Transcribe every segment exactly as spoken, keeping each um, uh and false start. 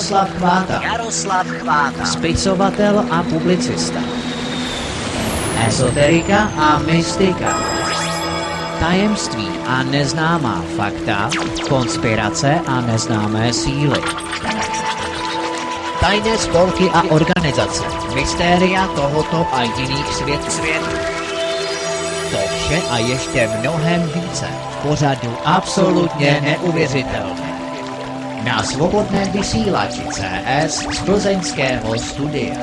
Jaroslav Chváta. Jaroslav Chváta. Spisovatel a publicista. Ezoterika a mystika. Tajemství a neznámá fakta. Konspirace a neznámé síly. Tajné spolky a organizace. Mystéria tohoto a jiných světů. To vše a ještě mnohem více. Pořadu absolutně neuvěřitelné. Na svobodném vysílači C S z plzeňského studia.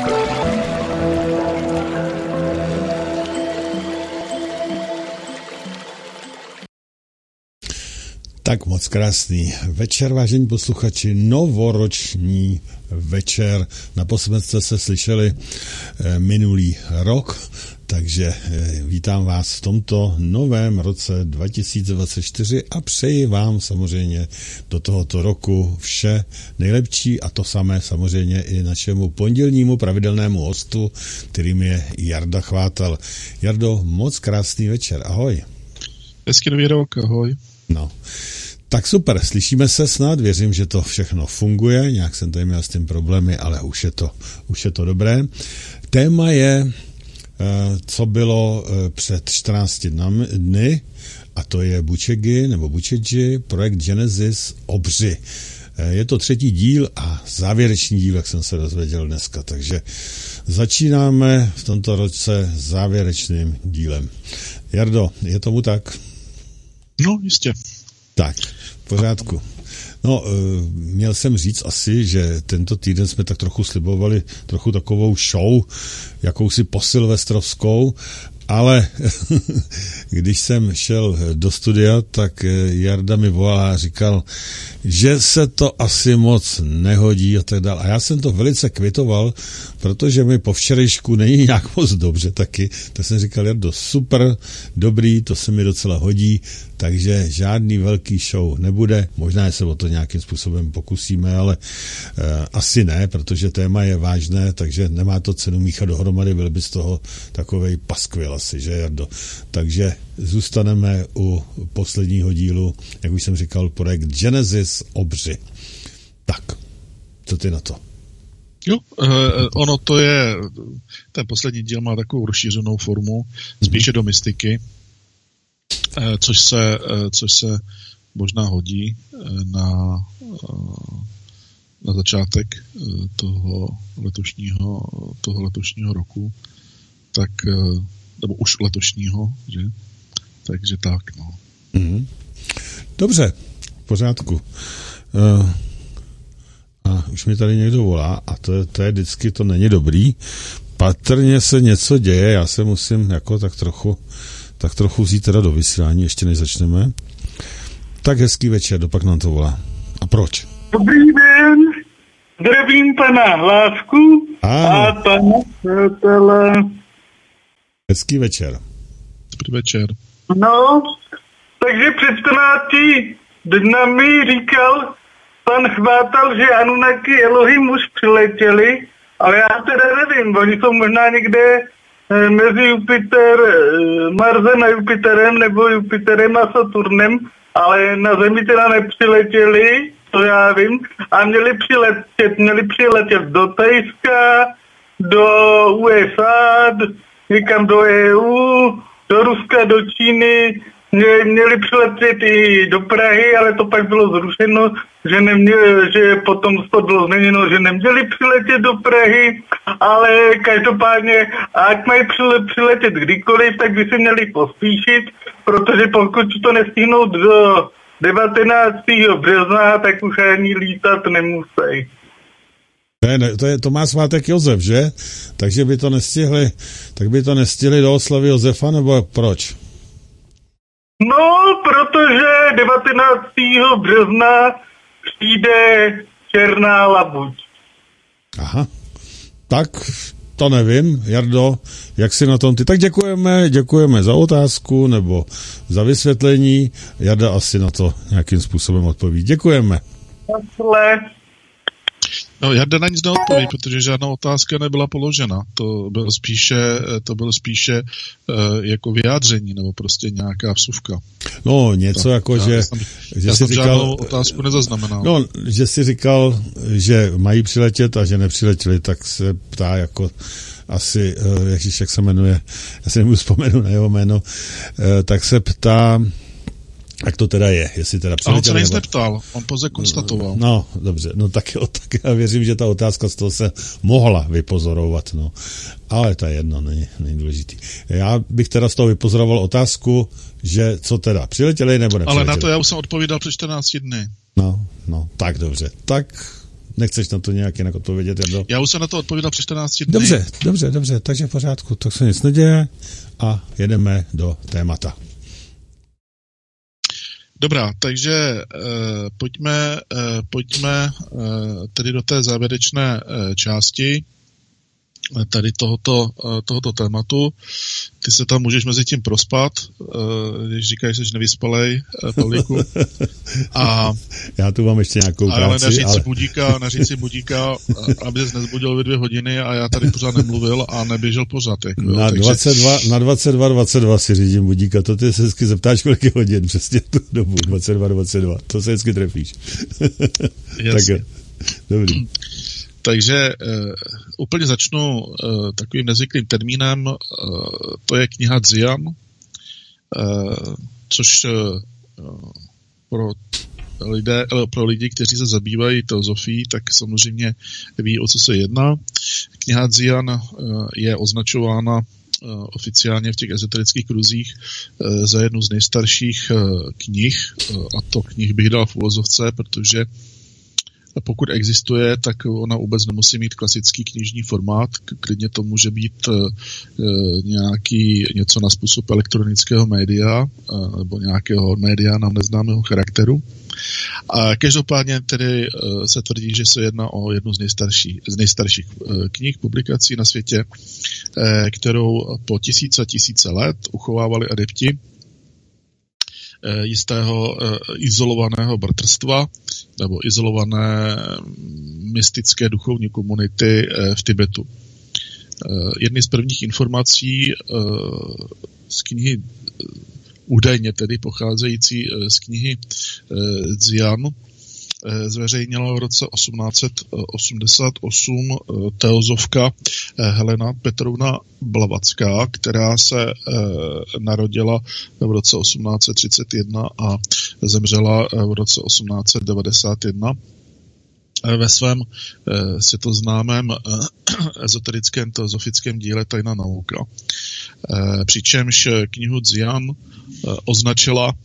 Tak moc krásný večer, vážení posluchači, novoroční večer. Naposled jste se slyšeli minulý rok, takže vítám vás v tomto novém roce dva tisíce dvacet čtyři a přeji vám samozřejmě do tohoto roku vše nejlepší a to samé samozřejmě i našemu pondělnímu pravidelnému hostu, kterým je Jarda Chvátal. Jardo, moc krásný večer, ahoj. Hezký nový rok, ahoj. No, tak super, slyšíme se snad, věřím, že to všechno funguje, nějak jsem tady měl s tím problémy, ale už je to, už je to dobré. Téma je, co bylo před čtrnácti dny, a to je Bučegi, nebo Bučegi, projekt Genesis Obři. Je to třetí díl a závěrečný díl, jak jsem se dozvěděl dneska, takže začínáme v tomto roce závěrečným dílem. Jardo, je tomu tak? No, jistě. Tak, v pořádku. No, měl jsem říct asi, že tento týden jsme tak trochu slibovali trochu takovou show, jakousi posilvestrovskou, ale když jsem šel do studia, tak Jarda mi volal a říkal, že se to asi moc nehodí a tak dále. A já jsem to velice kvitoval, protože mi po včerejšku není nějak moc dobře taky. Tak jsem říkal, Jardo, super, dobrý, to se mi docela hodí, takže žádný velký show nebude. Možná se o to nějakým způsobem pokusíme, ale uh, asi ne, protože téma je vážné, takže nemá to cenu míchat dohromady, byl by z toho takovej paskvil asi, že Jardo? Takže zůstaneme u posledního dílu, jak už jsem říkal, projekt Genesis Obři. Tak, co ty na to? Jo, eh, ono to je, ten poslední díl má takovou rozšířenou formu, spíše do mystiky, eh, což se, eh, což se možná hodí eh, na, eh, na začátek eh, toho letošního, toho letošního roku, tak, eh, nebo už letošního, že? Takže tak, no. Mm-hmm. Dobře, v pořádku. Uh, a už mi tady někdo volá a to je, to je vždycky, to není dobrý. Patrně se něco děje, já se musím jako tak trochu, tak trochu vzít teda do vysílání, ještě než začneme. Tak hezký večer, dopak nám to volá. A proč? Dobrý den, zdravím pana Hlásku a pana přátele. Hezký večer. Dobrý večer. No, takže před čtrnácti dnami říkal pan Chvátal, že Anunnaki Elohim už přiletěli, ale já teda nevím, oni jsou možná někde mezi Jupiter, Marsem a Jupiterem, nebo Jupiterem a Saturnem, ale na Zemi teda nepřiletěli, to já vím, a měli přiletět, měli přiletět do Thajska, do U S A, někam do E U, do Ruska, do Číny, měli přiletět i do Prahy, ale to pak bylo zrušeno, že, neměli, že potom to bylo změněno, že neměli přiletět do Prahy, ale každopádně, ať mají přiletět kdykoliv, tak by si měli pospíšit, protože pokud to nestihnou do devatenáctého března, tak už ani lítat nemusí. Ne, to, je, to má svátek Josef, že? Takže by to nestihli, tak by to nestihli do oslavy Josefa, nebo proč? No, protože devatenáctého března přijde černá labuť. Aha, tak to nevím, Jardo, jak si na tom ty? Tak děkujeme, děkujeme za otázku nebo za vysvětlení. Jarda asi na to nějakým způsobem odpoví. Děkujeme. Takhle. No, Jarda na nic neodpoví, protože žádná otázka nebyla položena. To bylo spíše, to bylo spíše uh, jako vyjádření, nebo prostě nějaká vsuvka. No, něco tak, jako, já, že... Já jsem, že já jsi jsem říkal, žádnou otázku nezaznamenal. No, že jsi říkal, že mají přiletět a že nepřiletěli, tak se ptá jako asi, uh, ježiš, jak se jmenuje, já si nemůžu vzpomenout na jeho jméno, uh, tak se ptá, jak to teda je, jestli teda přiletěli. A on se nic nebo... neptal, on pouze konstatoval. No, dobře, no tak jo, tak já věřím, že ta otázka z toho se mohla vypozorovat, no. Ale to je jedno, není, není důležitý. Já bych teda z toho vypozoroval otázku, že co teda, přiletěli nebo nepřiletěli? Ale na to já už jsem odpovídal před čtrnácti dny. No, no, tak dobře, tak nechceš na to nějak jinak odpovědět? Jedno? Já už jsem na to odpovídal před čtrnácti dny. Dobře, dobře, dobře, takže v pořádku, tak se nic neděje a jedeme do témata. Dobrá, takže eh, pojďme, eh, pojďme eh, tedy do té závěrečné eh, části eh, tady tohoto, eh, tohoto tématu. Ty se tam můžeš mezi tím prospat, eh, když říkáš, že jsi nevyspalej, eh, Pavlíku. A, já tu mám ještě nějakou práci. Ale naříct ale... si budíka, naříct si budíka, aby se nezbudil ve dvě hodiny a já tady pořád nemluvil a neběžel pořád. Jako, na, takže... dvacet dva, na dvacet dva dvacet dva si řídím budíka, to ty se vždycky zeptáš, kolik je hodin, přesně tu dobu, dvacet dva dvacet dva, to se vždycky trefíš. Tak jo, dobrý. Takže uh, úplně začnu uh, takovým nezvyklým termínem, uh, to je kniha Dzian, uh, což uh, pro, lidé, pro lidi, kteří se zabývají teozofií, tak samozřejmě ví, o co se jedná. Kniha Dzian uh, je označována uh, oficiálně v těch ezoterických kruzích uh, za jednu z nejstarších uh, knih, uh, a to knih bych dal v uvozovce, protože pokud existuje, tak ona vůbec nemusí mít klasický knižní formát, klidně to může být e, nějaký něco na způsob elektronického média e, nebo nějakého média nám neznámého charakteru. A každopádně tedy e, se tvrdí, že se jedná o jednu z nejstarších, z nejstarších e, knih, publikací na světě, e, kterou po tisíce a tisíce let uchovávali adepti jistého izolovaného bratrstva nebo izolované mystické duchovní komunity v Tibetu. Jedny z prvních informací z knihy, údajně tedy pocházející z knihy Dzian, zveřejnila v roce osmnáct set osmdesát osm teozofka Helena Petrovna Blavacká, která se narodila v roce osmnáct set třicet jedna a zemřela v roce osmnáct set devadesát jedna. Ve svém světoznámém ezoterickém teozofickém díle Tajná nauka. Přičemž knihu Dzian označila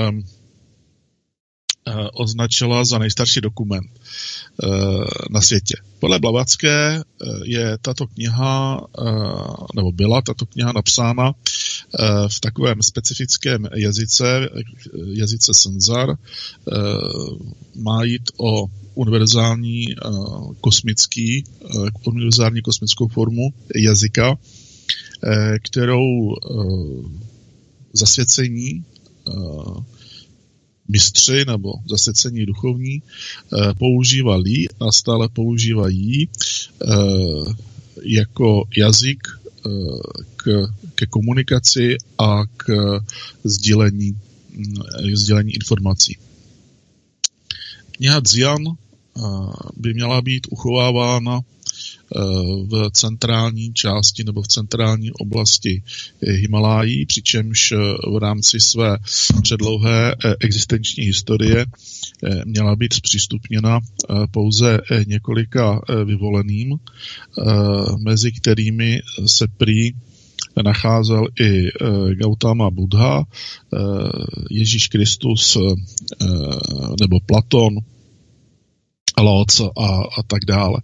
označila za nejstarší dokument na světě. Podle Blavacké je tato kniha, nebo byla tato kniha napsána v takovém specifickém jazyce, jazyce Senzar. Má jít o univerzální kosmický, univerzální kosmickou formu jazyka, kterou zasvěcení mistři nebo zasvěcení duchovní eh, používali a stále používají eh, jako jazyk eh, k, ke komunikaci a k sdílení, k sdílení informací. Kniha Dzian eh, by měla být uchovávána v centrální části nebo v centrální oblasti Himalájí, přičemž v rámci své předlouhé existenční historie měla být zpřístupněna pouze několika vyvoleným, mezi kterými se prý nacházel i Gautama Buddha, Ježíš Kristus nebo Platon, Lao-tse a, a tak dále.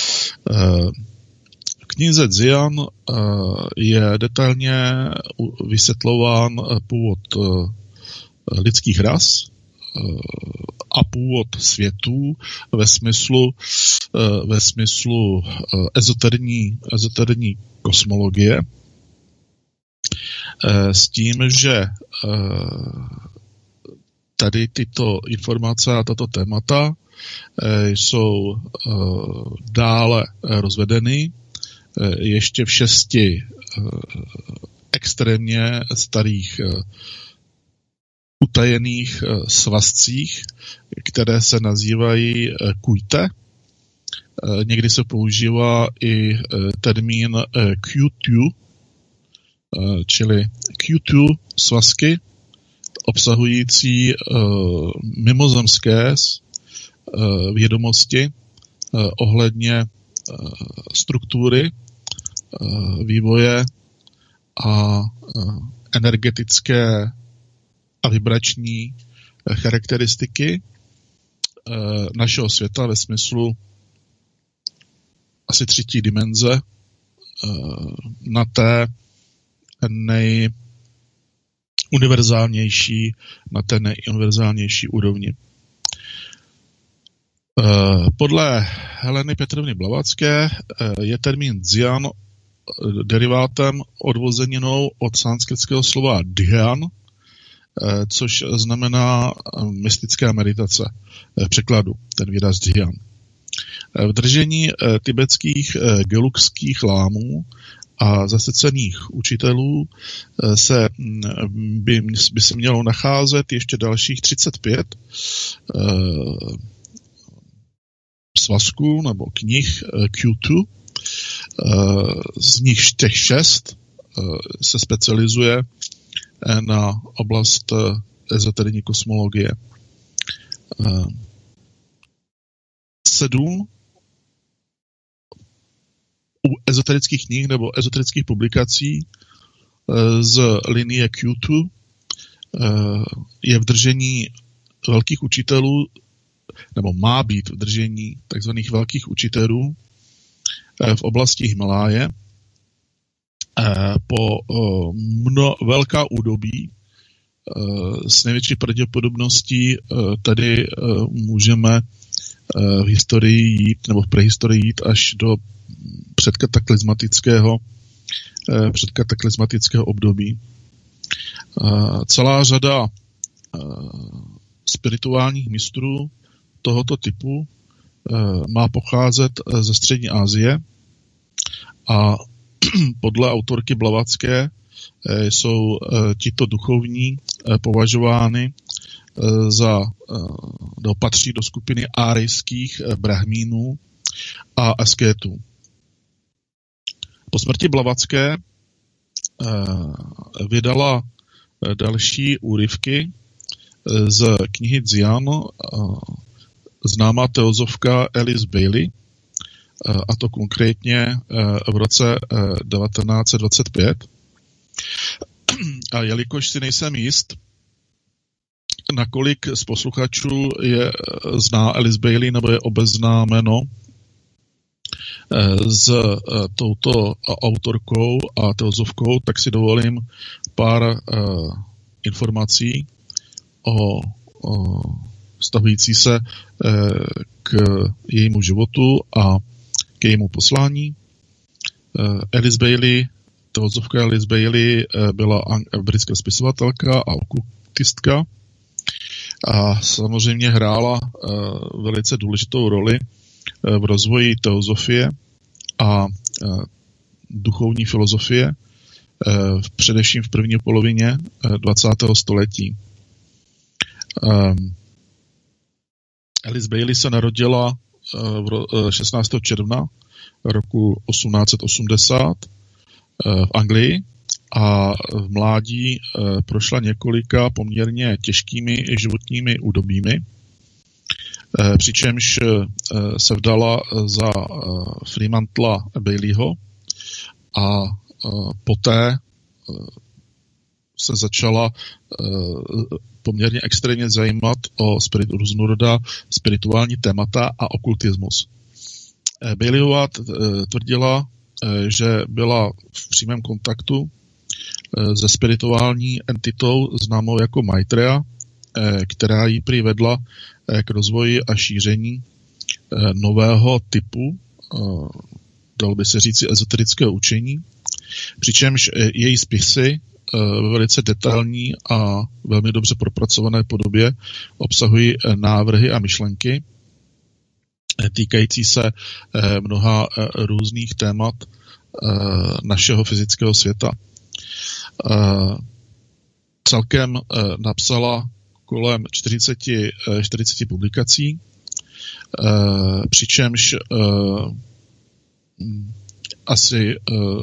V knize Dzian je detailně vysvětlován původ lidských ras a původ světů ve smyslu, ve smyslu ezoterní, ezoterní kosmologie, s tím, že tady tyto informace a tato témata jsou dále rozvedeny ještě v šesti extrémně starých utajených svazcích, které se nazývají kujte. Někdy se používá i termín Q two, čili Q two svazky obsahující mimozemské vědomosti ohledně struktury, vývoje a energetické a vibrační charakteristiky našeho světa ve smyslu asi třetí dimenze na té nejuniverzálnější, na té nejuniverzálnější úrovni. Podle Heleny Petrovny Blavacké je termín dzyan derivátem odvozeninou od sanskritského slova dhyan, což znamená mystická meditace v překladu, ten výraz dhyan. V držení tibetských gelugských lámů a zasvěcených učitelů se by, by se mělo nacházet ještě dalších třicet pět svazků nebo knih Q two, z nich těch šest se specializuje na oblast ezoterní kosmologie. Sedm u ezoterických knih nebo ezoterických publikací z linie Q two je v držení velkých učitelů, nebo má být v držení takzvaných velkých učitelů v oblasti Himaláje po mno, velká údobí. S největší pravděpodobností tady můžeme v historii jít, nebo v prehistorii jít až do předkataklizmatického, předkataklizmatického období. Celá řada spirituálních mistrů tohoto typu má pocházet ze Střední Asie a podle autorky Blavacké jsou tito duchovní považovány za, do, patří do skupiny árijských brahmínů a askétů. Po smrti Blavacké vydala další úryvky z knihy Dzyan známá teozofka Alice Bailey, a to konkrétně v roce devatenáct set dvacet pět. A jelikož si nejsem jist, nakolik z posluchačů je zná Alice Bailey nebo je obeznámeno s touto autorkou a teozofkou, tak si dovolím pár uh, informací o, o vztahující se uh, k jejímu životu a k jejímu poslání. Uh, Alice Bailey, teozofka Alice Bailey uh, byla ang- britská spisovatelka a okultistka a samozřejmě hrála uh, velice důležitou roli uh, v rozvoji teozofie a uh, duchovní filozofie, uh, především v první polovině uh, dvacátého století. Um, Alice Bailey se narodila uh, v ro- uh, šestnáctého června roku osmnáct set osmdesát uh, v Anglii a v mládí uh, prošla několika poměrně těžkými životními údobími, uh, přičemž uh, se vdala za uh, Fremantla Baileyho a uh, poté uh, se začala uh, poměrně extrémně zajímat o spirit, různorodá spirituální témata a okultismus. Uh, Baileyová t- tvrdila, uh, že byla v přímém kontaktu uh, se spirituální entitou známou jako Maitreya, uh, která jí prý vedla uh, k rozvoji a šíření uh, nového typu, uh, dalo by se říci ezoterického učení, přičemž její spisy ve velice detailní a velmi dobře propracované podobě obsahují návrhy a myšlenky týkající se mnoha různých témat našeho fyzického světa. Celkem napsala kolem čtyřicet, čtyřicet publikací, přičemž asi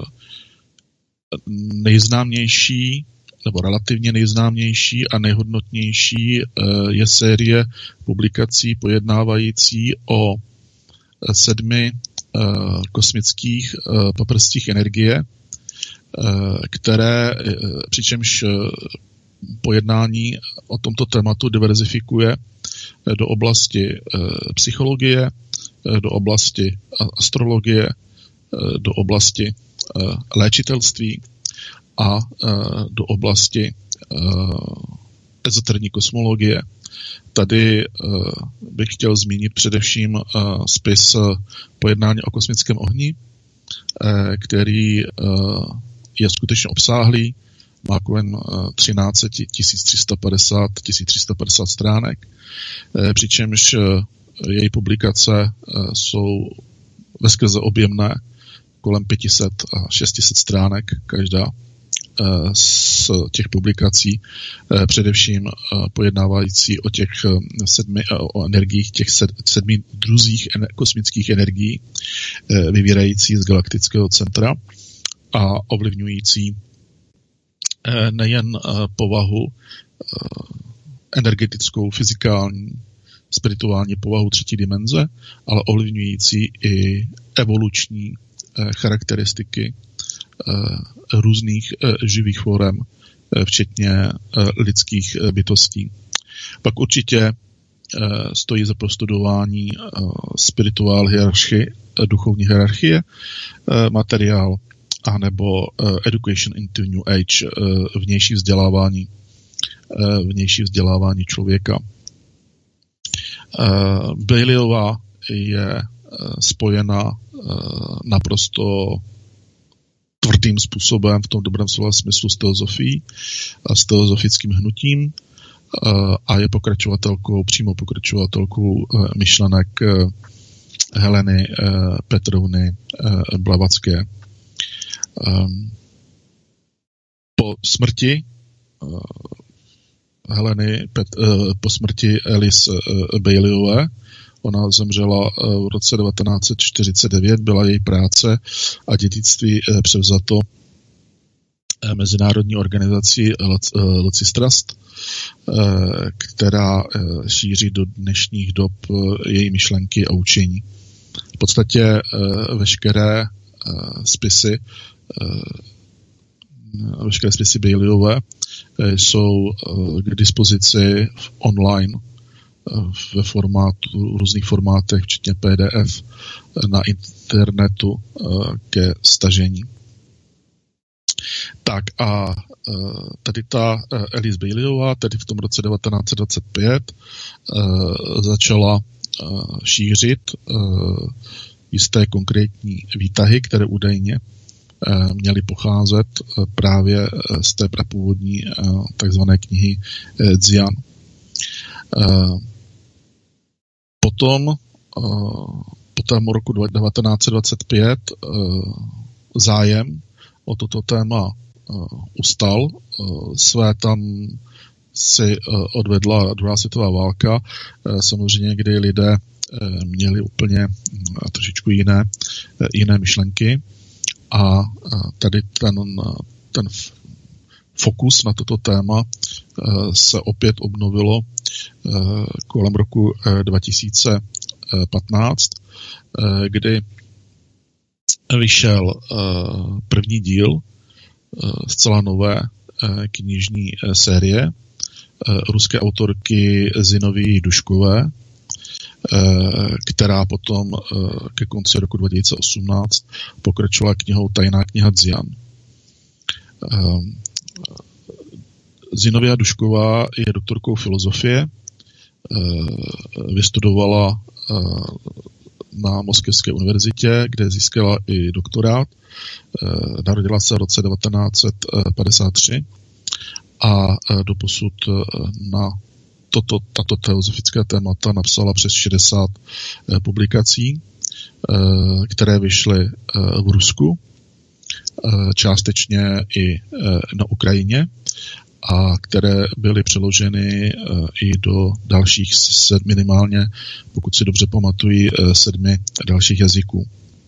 nejznámější nebo relativně nejznámější a nejhodnotnější je série publikací pojednávající o sedmi kosmických paprstích energie, které, přičemž pojednání o tomto tématu diverzifikuje do oblasti psychologie, do oblasti astrologie, do oblasti léčitelství a do oblasti ezoterní kosmologie. Tady bych chtěl zmínit především spis Pojednání o kosmickém ohni, který je skutečně obsáhlý, má kolem třináct tisíc tři sta padesát stránek, přičemž její publikace jsou veskrze objemné, kolem pět set a šest set stránek každá z těch publikací, především pojednávající o těch sedmi, o energiích těch sedmi druzích kosmických energií, vyvírající z galaktického centra a ovlivňující nejen povahu energetickou, fyzikální, spirituální povahu třetí dimenze, ale ovlivňující i evoluční charakteristiky různých živých forem, včetně lidských bytostí. Pak určitě stojí za prostudování spirituál hierarchie, duchovní hierarchie, materiál, anebo Education into New Age, vnější vzdělávání, vnější vzdělávání člověka. Baileyová je spojena naprosto tvrdým způsobem v tom dobrém slova smyslu s teozofií a s teozofickým hnutím a je pokračovatelkou, přímo pokračovatelkou myšlenek Heleny Petrovny Blavatské. Po smrti Heleny, po smrti Alice Baileyové, ona zemřela v roce devatenáct set čtyřicet devět, byla její práce a dědictví převzato mezinárodní organizací Lucis Trust, která šíří do dnešních dob její myšlenky a učení. V podstatě veškeré spisy veškeré spisy Baileyové jsou k dispozici online ve formátu, v různých formátech, včetně P D F, na internetu ke stažení. Tak a tady ta Alice Baileyová, tedy v tom roce devatenáct set dvacet pět, začala šířit jisté konkrétní výtahy, které údajně měly pocházet právě z té prapůvodní takzvané knihy Dzyan. Potom po tém roku devatenáct set dvacet pět zájem o toto téma ustal. Své tam si odvedla druhá světová válka, samozřejmě, kdy lidé měli úplně trošičku jiné, jiné myšlenky a tady ten, ten fokus na toto téma se opět obnovilo kolem roku dva tisíce patnáct, kdy vyšel první díl zcela nové knižní série ruské autorky Zinovy Duškové, která potom ke konci roku dva tisíce osmnáct pokračovala knihou Tajná kniha Dzyan. Zinovia Dušková je doktorkou filozofie, vystudovala na Moskevské univerzitě, kde získala i doktorát. Narodila se v roce devatenáct set padesát tři a doposud na toto, tato teozofická témata napsala přes šedesát publikací, které vyšly v Rusku, částečně i na Ukrajině, a které byly přeloženy i do dalších sedm, minimálně, pokud si dobře pamatuji, sedmi dalších jazyků.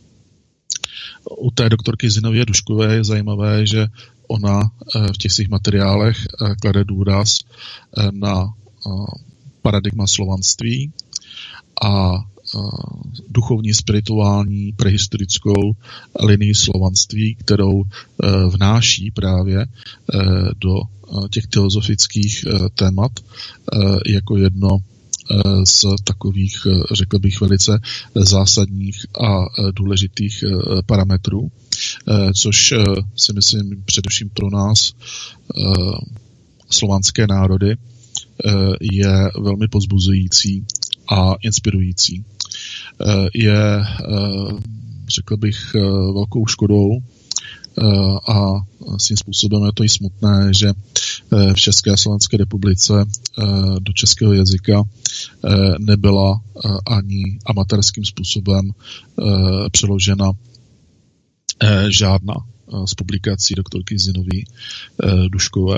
U té doktorky Zinově Duškové je zajímavé, že ona v těch svých materiálech klade důraz na paradigma slovanství a duchovní, spirituální, prehistorickou linii slovanství, kterou vnáší právě do těch teozofických témat jako jedno z takových, řekl bych, velice zásadních a důležitých parametrů, což si myslím především pro nás, slovanské národy, je velmi povzbuzující a inspirující. Je, řekl bych, velkou škodou a svým způsobem je to i smutné, že v České a Slovenské republice do českého jazyka nebyla ani amatérským způsobem přeložena žádná z publikací doktorky Zinový Duškové.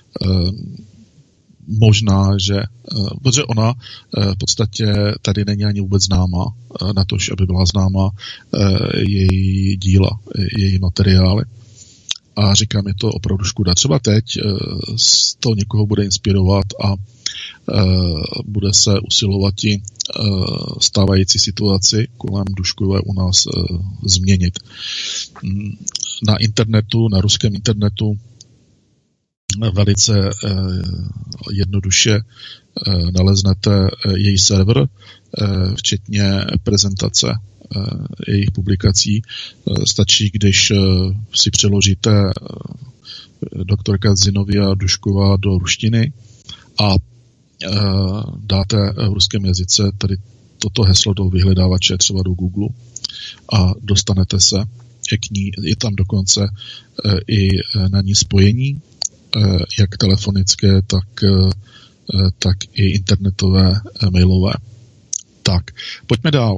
Možná, že, protože ona v podstatě tady není ani vůbec známa, na to, aby byla známa její díla, její materiály. A říkám, je to opravdu škoda. Třeba teď to někoho bude inspirovat a bude se usilovat i stávající situaci kolem Duškové u nás změnit. Na internetu, na ruském internetu velice eh, jednoduše eh, naleznete její server, eh, včetně prezentace eh, jejich publikací. Eh, stačí, když eh, si přeložíte eh, doktorka Zinovia Dušková do ruštiny a eh, dáte v ruském jazyce tady toto heslo do vyhledávače, třeba do Google, a dostanete se k ní. Je tam dokonce eh, i na ní spojení, jak telefonické, tak, tak i internetové, mailové. Tak, pojďme dál.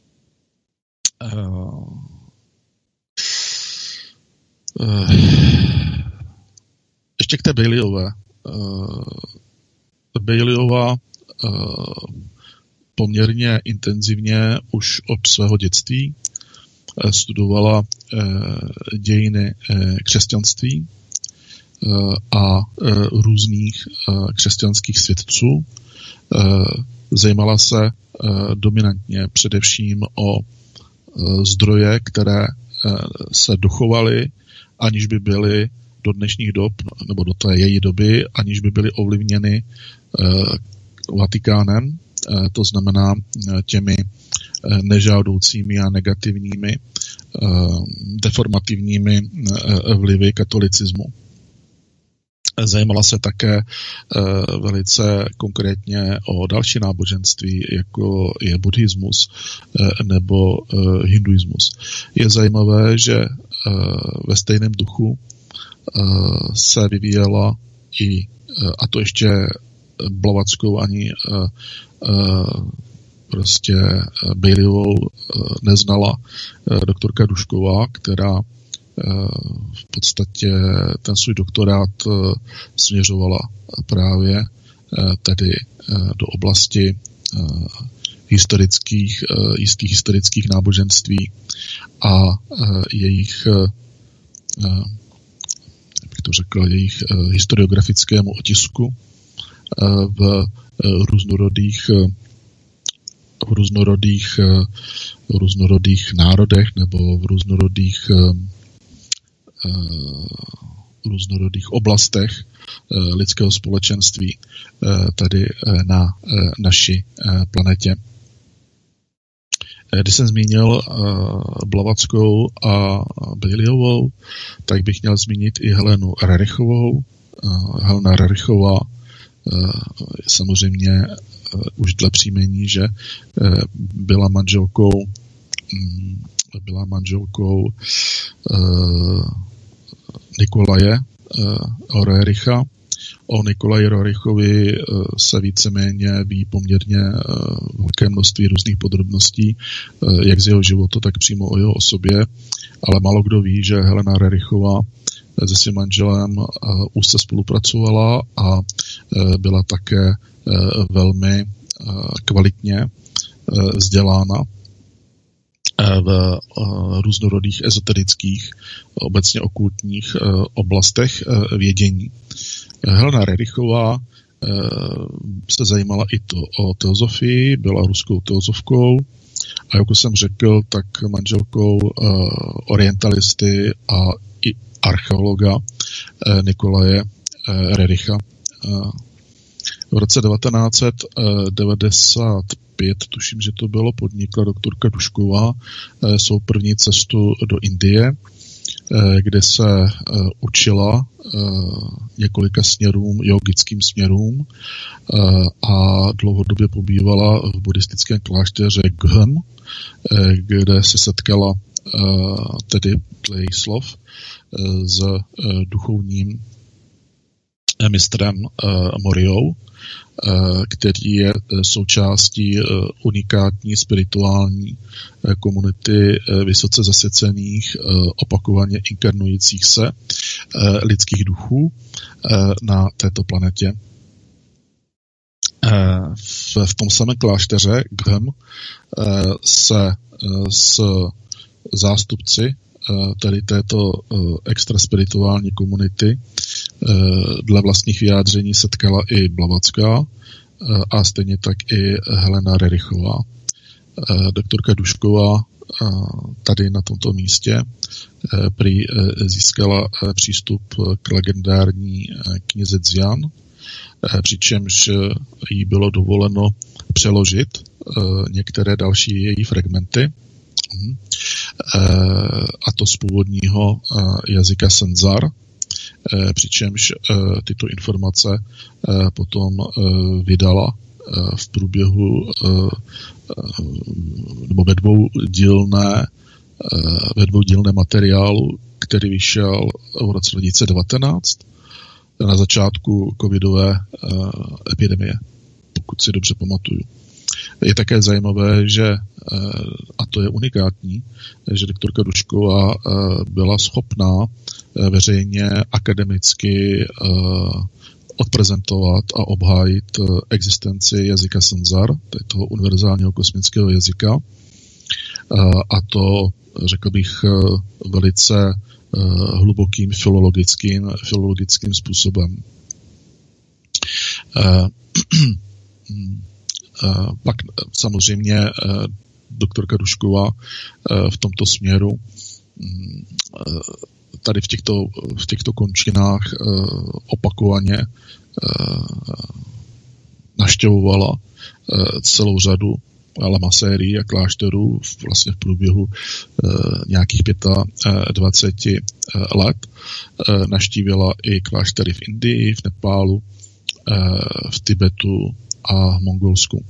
Ještě k té Baileyové. Baileyová poměrně intenzivně už od svého dětství studovala dějiny křesťanství a různých křesťanských svědců. Zajímala se dominantně především o zdroje, které se dochovaly, aniž by byly do dnešních dob, nebo do té její doby, aniž by byly ovlivněny Vatikánem, to znamená těmi nežádoucími a negativními deformativními vlivy katolicismu. Zajímala se také e, velice konkrétně o další náboženství, jako je buddhismus e, nebo e, hinduismus. Je zajímavé, že e, ve stejném duchu e, se vyvíjela i, e, a to ještě Blavackou ani e, e, prostě Baileyovou e, neznala e, doktorka Dušková, která v podstatě ten svůj doktorát směřovala právě tedy do oblasti historických, jistých historických náboženství a jejich, jak to řekl, jejich historiografickému otisku v různorodých v různorodých, v různorodých národech nebo v různorodých v různorodých oblastech lidského společenství tady na naší planetě. Když jsem zmínil Blavackou a Baileyovou, tak bych měl zmínit i Helenu Rerichovou. Helena Rerichová samozřejmě už dle příjmení, že byla manželkou byla manželkou Nikolaje Rericha, O Nikolaji Rerichovi se víceméně ví poměrně velké množství různých podrobností, jak z jeho života, tak přímo o jeho osobě, ale málo kdo ví, že Helena Rerichová se svým manželem úzce spolupracovala a byla také velmi kvalitně vzdělána v různorodých ezoterických, obecně okultních oblastech vědění. Helena Rerichová se zajímala i to o teozofii, byla ruskou teozofkou a jak už jsem řekl, tak manželkou orientalisty a i archeologa Nikolaje Rericha. V roce devatenáct set devadesát pět, tuším, že to bylo, podnikla doktorka Dušková svou první cestu do Indie, kde se učila několika směrům, jogickým směrům a dlouhodobě pobývala v buddhistickém klášteře Ghem, kde se setkala tedy dle jejich slov s duchovním mistrem Moriou, který je součástí unikátní spirituální komunity vysoce zasvěcených, opakovaně inkarnujících se lidských duchů na této planetě. V tom samém klášteře Ghem se s zástupci tady této extra spirituální komunity dle vlastních vyjádření setkala i Blavacká a stejně tak i Helena Rerichová. Doktorka Dušková tady na tomto místě prý získala přístup k legendární knize Dzyan, přičemž jí bylo dovoleno přeložit některé další její fragmenty, a to z původního jazyka Senzar, přičemž tyto informace potom vydala v průběhu nebo ve dvou dílné ve dvou dílné materiálu, který vyšel v roce dva tisíce devatenáct na začátku covidové epidemie, pokud si dobře pamatuju. Je také zajímavé, že, a to je unikátní, že doktorka Dušková byla schopná veřejně akademicky odprezentovat a obhájit existenci jazyka Senzar, toho univerzálního kosmického jazyka, a to, řekl bych, velice hlubokým filologickým, filologickým způsobem. Pak samozřejmě doktorka Dušková v tomto směru tady v těchto, v těchto končinách opakovaně naštěvovala celou řadu lamasérií a klášterů vlastně v průběhu nějakých dvacet pět let. Naštívila i kláštery v Indii, v Nepálu, v Tibetu a v Mongolsku.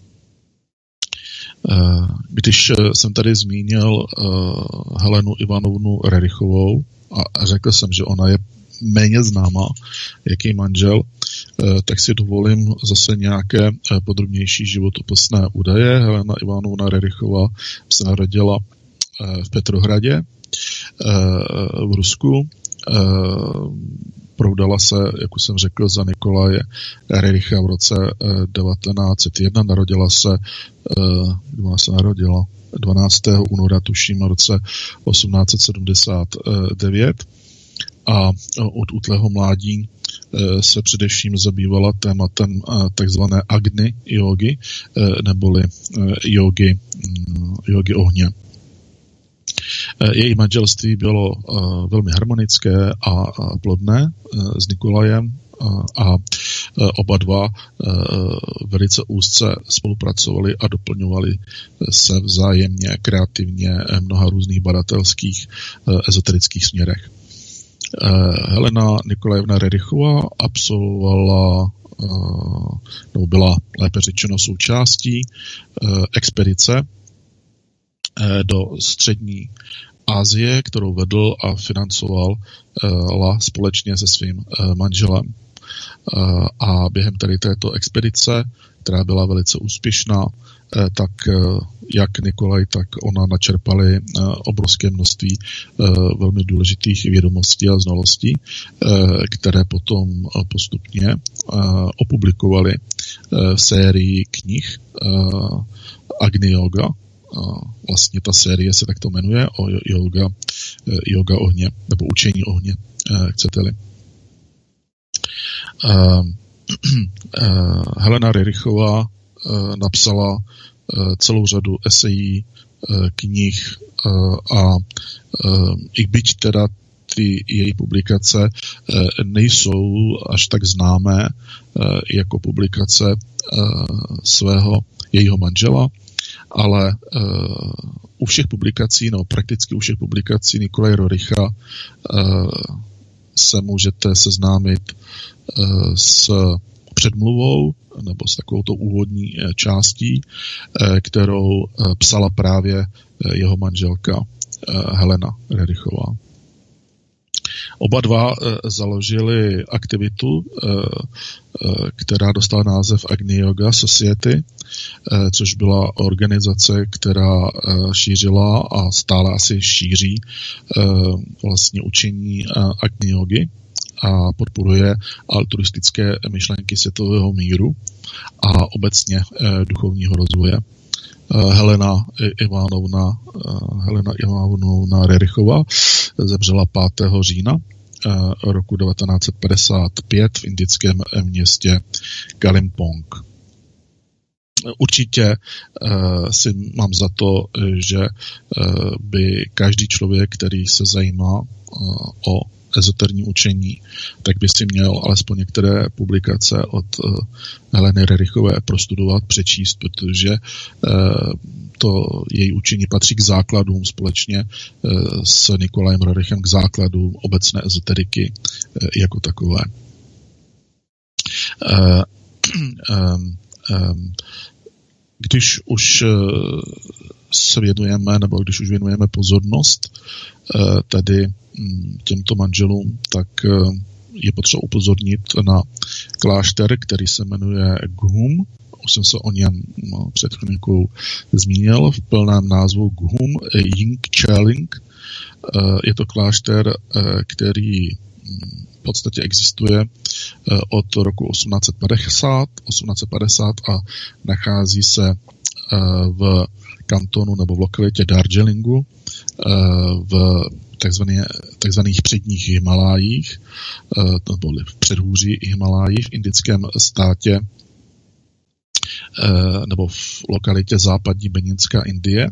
Když jsem tady zmínil Helenu Ivanovnu Rerichovou a řekl jsem, že ona je méně známá, jaký manžel, tak si dovolím zase nějaké podrobnější životopisné údaje. Helena Ivanovna Rerichová se narodila v Petrohradě v Rusku. Proudala se, jak už jsem řekl, za Nikolaje Rericha v roce devatenáct set jedna. Narodila se, kdy ona se narodila, dvanáctého února, tuším, v roce osmnáct set sedmdesát devět. A od útlého mládí se především zabývala tématem takzvané Agni jógy, neboli jógy, jógy ohně. Její manželství bylo velmi harmonické a plodné s Nikolajem a oba dva velice úzce spolupracovali a doplňovali se vzájemně kreativně mnoha různých badatelských ezoterických směrech. Helena Nikolajevna Rerichová absolvovala, nebo byla lépe řečeno součástí expedice do střední Asie, kterou vedl a financoval společně se svým manželem. a během tady této expedice, která byla velice úspěšná, tak jak Nikolaj, tak ona načerpali obrovské množství velmi důležitých vědomostí a znalostí, které potom postupně opublikovali v sérii knih Agni Yoga. Vlastně ta série se takto jmenuje, o yoga, yoga ohně, nebo učení ohně, chcete-li. Helena Rerichová napsala celou řadu esejí, knih a i byť teda ty její publikace nejsou až tak známé jako publikace svého jejího manžela, ale u všech publikací, no prakticky u všech publikací Nikolaje Rericha se můžete seznámit s předmluvou nebo s takovou úvodní částí, kterou psala právě jeho manželka Helena Rerichová. Oba dva založili aktivitu, která dostala název Agni Yoga Society, což byla organizace, která šířila a stále asi šíří vlastně učení Agni Yogy a podporuje altruistické myšlenky světového míru a obecně duchovního rozvoje. Helena Ivanovna, Helena Ivanovna Rerichová zemřela pátého října roku devatenáct set padesát pět v indickém městě Kalimpong. Určitě si mám za to, že by každý člověk, který se zajímá o ezoterní učení, tak by si měl alespoň některé publikace od Heleny Rerichové prostudovat, přečíst, protože to její učení patří k základům společně s Nikolajem Rerichem k základům obecné ezoteriky jako takové. Když už se věnujeme, nebo když už věnujeme pozornost tedy těmto manželům, tak je potřeba upozornit na klášter, který se jmenuje Ghum. Už jsem se o něm před chvílinkou zmínil v plném názvu Ghum Ying Cheling. Je to klášter, který v podstatě existuje od roku osmnáct set padesát a nachází se v kantonu nebo v lokalitě Darjeelingu v takzvané, takzvaných předních Himalájích, nebo v předhůří Himalájí v indickém státě nebo v lokalitě západní Beninská Indie.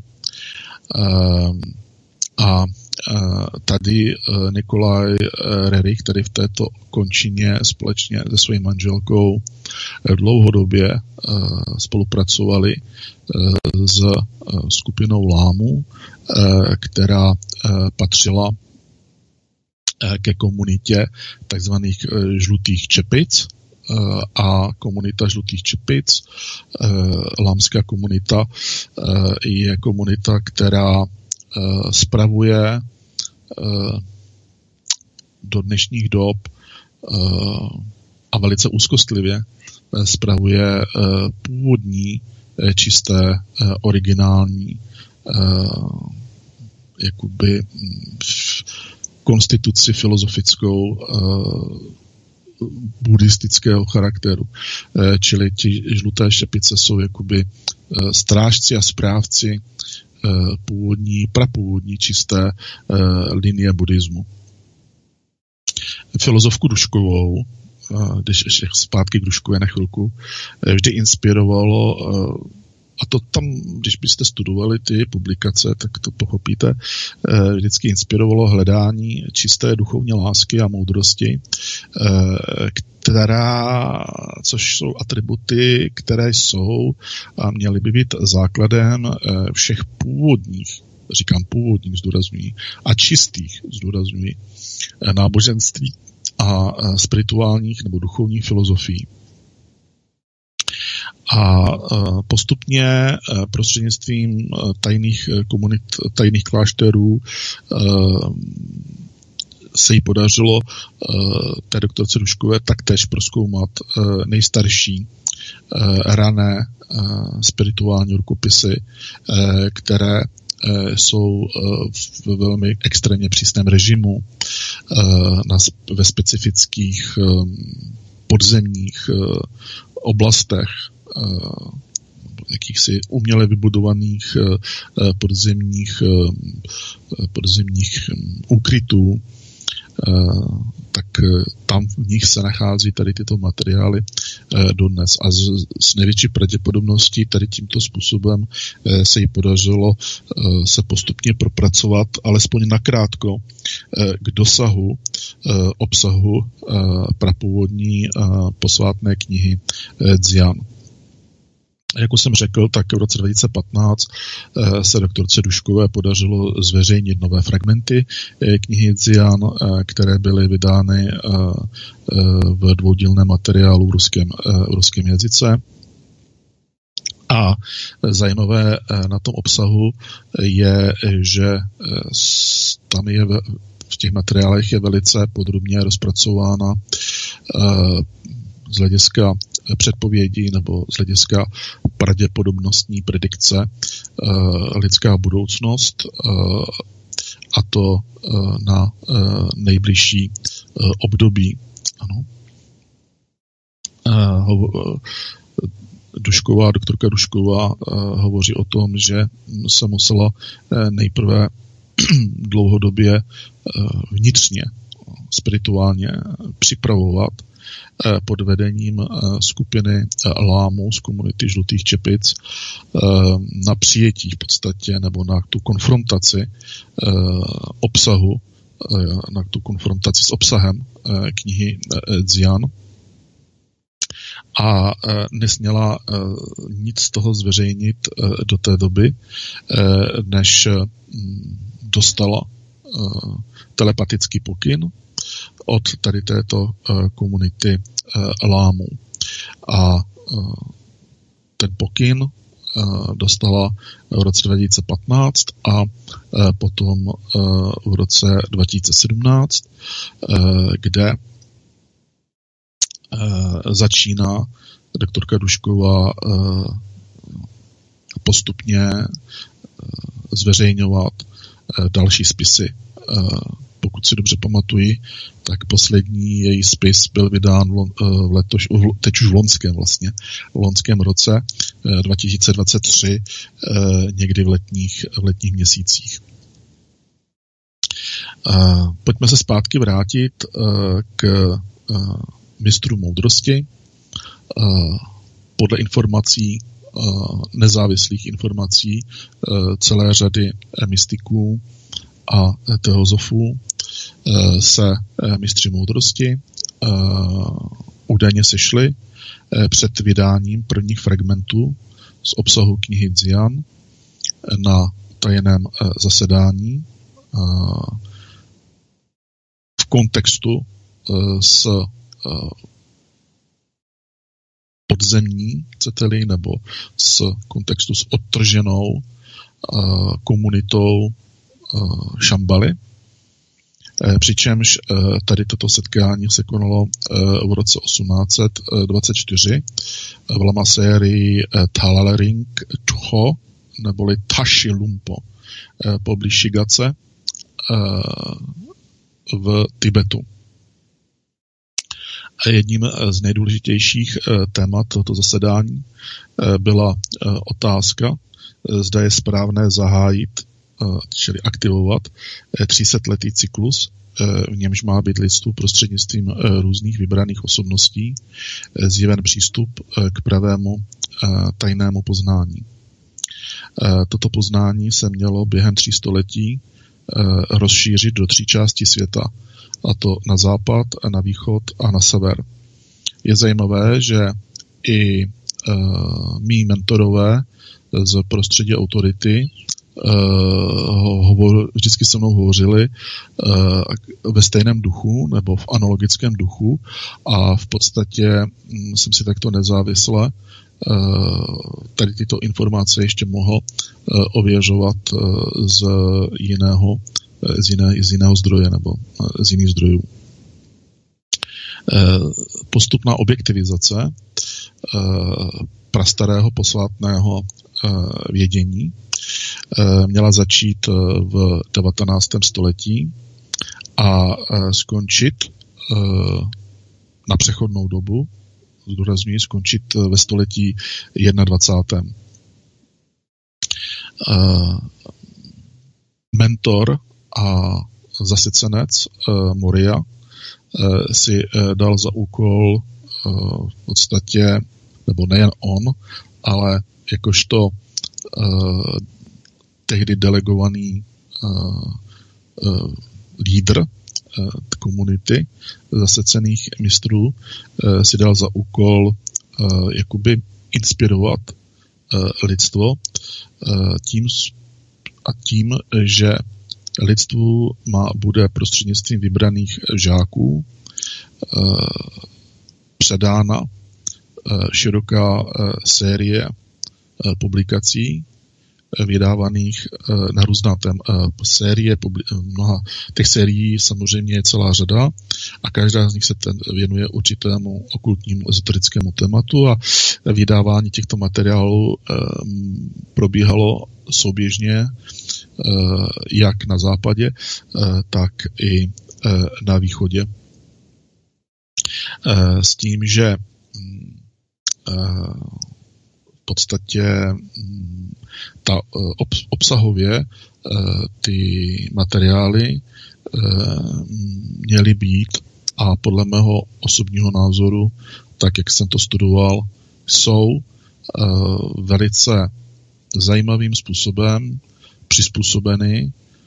A tady Nikolaj Rerich, tady v této končině společně se svou manželkou dlouhodobě spolupracovali s skupinou lámů, která patřila ke komunitě takzvaných žlutých čepic, a komunita žlutých čepic, lámská komunita, je komunita, která spravuje do dnešních dob a velice úzkostlivě spravuje původní, čisté, originální jakoby konstituci filozofickou buddhistického charakteru. Čili ti žluté šepice jsou jakoby strážci a správci původní, prapůvodní čisté linie buddhismu. Filozofku Duškovou, když ještě zpátky k Duškově na chvilku, vždy inspirovalo, a to tam, když byste studovali ty publikace, tak to pochopíte, vždycky inspirovalo hledání čisté duchovní lásky a moudrosti, která, což jsou atributy, které jsou a měly by být základem všech původních, říkám původních, zdůrazňuji, a čistých, zdůrazňuji, náboženství a spirituálních nebo duchovních filozofií. A postupně prostřednictvím tajných komunit, tajných klášterů se jí podařilo té doktorce Duškové taktéž prozkoumat nejstarší rané spirituální rukopisy, které jsou v velmi extrémně přísném režimu na, ve specifických podzemních oblastech, jakýchsi uměle vybudovaných podzemních, podzemních úkrytů, tak tam v nich se nachází tady tyto materiály dodnes. A z, s největší pravděpodobností tady tímto způsobem se jí podařilo se postupně propracovat, alespoň nakrátko, k dosahu obsahu prapůvodní posvátné knihy Dzyan. Jak už jsem řekl, tak v roce dva tisíce patnáct se doktorce Duškové podařilo zveřejnit nové fragmenty knihy Dzyan, které byly vydány v dvoudílném materiálu v ruském, v ruském jazyce. A zajímavé na tom obsahu je, že tam je v těch materiálech je velice podrobně rozpracována z hlediska předpovědí nebo z hlediska pravděpodobnostní predikce uh, lidská budoucnost uh, a to uh, na uh, nejbližší uh, období. Ano. Uh, ho, Dušková, doktorka Dušková uh, hovoří o tom, že se musela uh, nejprve dlouhodobě uh, vnitřně, spirituálně připravovat pod vedením skupiny lámů z komunity žlutých čepic na přijetí v podstatě nebo na tu konfrontaci obsahu, na tu konfrontaci s obsahem knihy Dzyan a nesměla nic z toho zveřejnit do té doby, než dostala telepatický pokyn od tady této uh, komunity uh, lámů. A uh, ten pokyn uh, dostala v roce dva tisíce patnáct a uh, potom uh, v roce dva tisíce sedmnáct, uh, kde uh, začíná doktorka Dušková uh, postupně uh, zveřejňovat uh, další spisy. Uh, Pokud si dobře pamatuji, tak poslední její spis byl vydán v letoš, teď už v loňském vlastně, v loňském roce dva tisíce dvacet tři, někdy v letních, v letních měsících. Pojďme se zpátky vrátit k mistru moudrosti. Podle informací, nezávislých informací celé řady mystiků a teozofů se mistři moudrosti údajně sešli před vydáním prvních fragmentů z obsahu knihy Dzyan na tajném zasedání v kontextu s podzemní, chcete-li, nebo s kontextu s odtrženou komunitou Šambaly. Přičemž tady toto setkání se konalo v roce osmnáct dvacet čtyři v lamasérii Talalering Tcho, neboli Tashi Lumpo, poblíž Šigace v Tibetu. Jedním z nejdůležitějších témat tohoto zasedání byla otázka, zda je správné zahájit, čili aktivovat třísetletý cyklus, v němž má být lidstvu prostřednictvím různých vybraných osobností zjeven přístup k pravému tajnému poznání. Toto poznání se mělo během tří století rozšířit do tří částí světa, a to na západ, na východ a na sever. Je zajímavé, že i mí mentorové z prostředí autority hovor, vždycky se mnou hovořili ve stejném duchu nebo v analogickém duchu a v podstatě jsem si takto nezávisle tady tyto informace ještě mohl ověřovat z jiného z, jiné, z jiného zdroje nebo z jiných zdrojů. Postupná objektivizace prastarého posvátného vědění měla začít v devatenáctém století a skončit na přechodnou dobu, zdůrazňuji, skončit ve století dvacátém prvním. Mentor a zasycenec Moria si dal za úkol v podstatě, nebo nejen on, ale jakožto tehdy delegovaný lídr komunity zasecených mistrů si dal za úkol jakoby inspirovat lidstvo tím a tím, že lidstvu má, bude prostřednictvím vybraných žáků předána široká série publikací vydávaných na různá témata. Série, mnoha těch sérií samozřejmě je celá řada a každá z nich se ten, věnuje určitému okultnímu ezoterickému tématu a vydávání těchto materiálů probíhalo souběžně jak na západě, tak i na východě. S tím, že v podstatě ta obsahově ty materiály měly být a podle mého osobního názoru, tak jak jsem to studoval, jsou velice zajímavým způsobem přizpůsobeny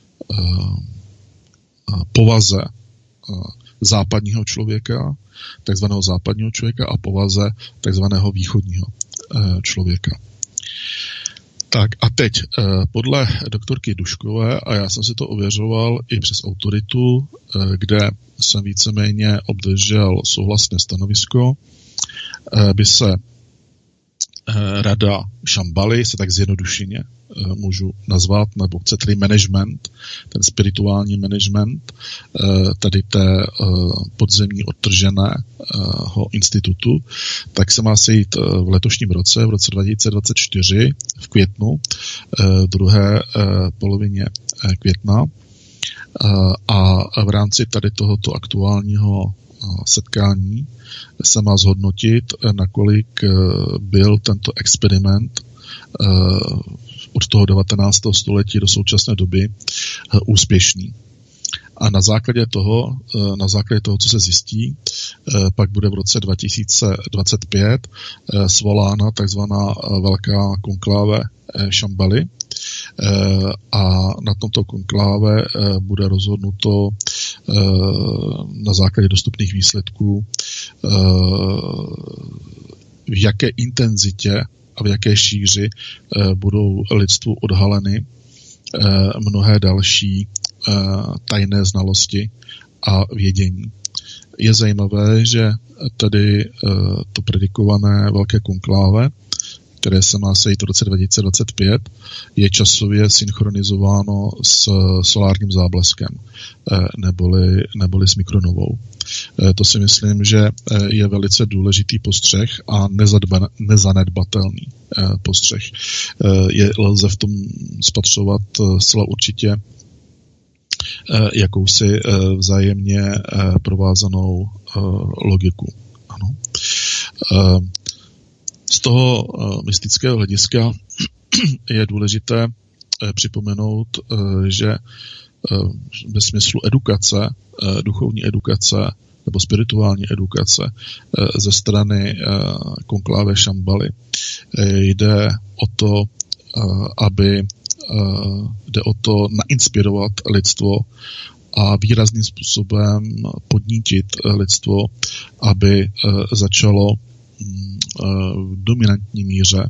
povaze západního člověka, takzvaného západního člověka a povaze takzvaného východního člověka. Tak a teď podle doktorky Duškové, a já jsem si to ověřoval i přes autoritu, kde jsem víceméně obdržel souhlasné stanovisko, by se rada Šambaly, se tak zjednodušeně můžu nazvat, nebo chcete-li management, ten spirituální management tady té podzemní odtrženého institutu, tak se má sejít v letošním roce, v roce dva tisíce dvacet čtyři, v květnu, v druhé polovině května a v rámci tady tohoto aktuálního setkání se má zhodnotit, nakolik byl tento experiment od toho devatenáctého století do současné doby úspěšný. A na základě toho, na základě toho, co se zjistí, pak bude v roce dva tisíce dvacet pět svolána takzvaná velká konkláve Šambaly a na tomto konkláve bude rozhodnuto na základě dostupných výsledků, v jaké intenzitě a v jaké šíři budou lidstvu odhaleny mnohé další tajné znalosti a vědění. Je zajímavé, že tady to predikované velké konkláve, které se má sejít v roce dva tisíce dvacet pět, je časově synchronizováno s solárním zábleskem, neboli, neboli s mikronovou. To si myslím, že je velice důležitý postřeh a nezadba, nezanedbatelný postřeh. Je, lze v tom spatřovat zcela určitě jakousi vzájemně provázanou logiku. Ano. Z toho mystického hlediska je důležité připomenout, že ve smyslu edukace, duchovní edukace nebo spirituální edukace ze strany konkláve Šambaly jde o to, aby jde o to nainspirovat lidstvo a výrazným způsobem podnítit lidstvo, aby začalo v dominantní míře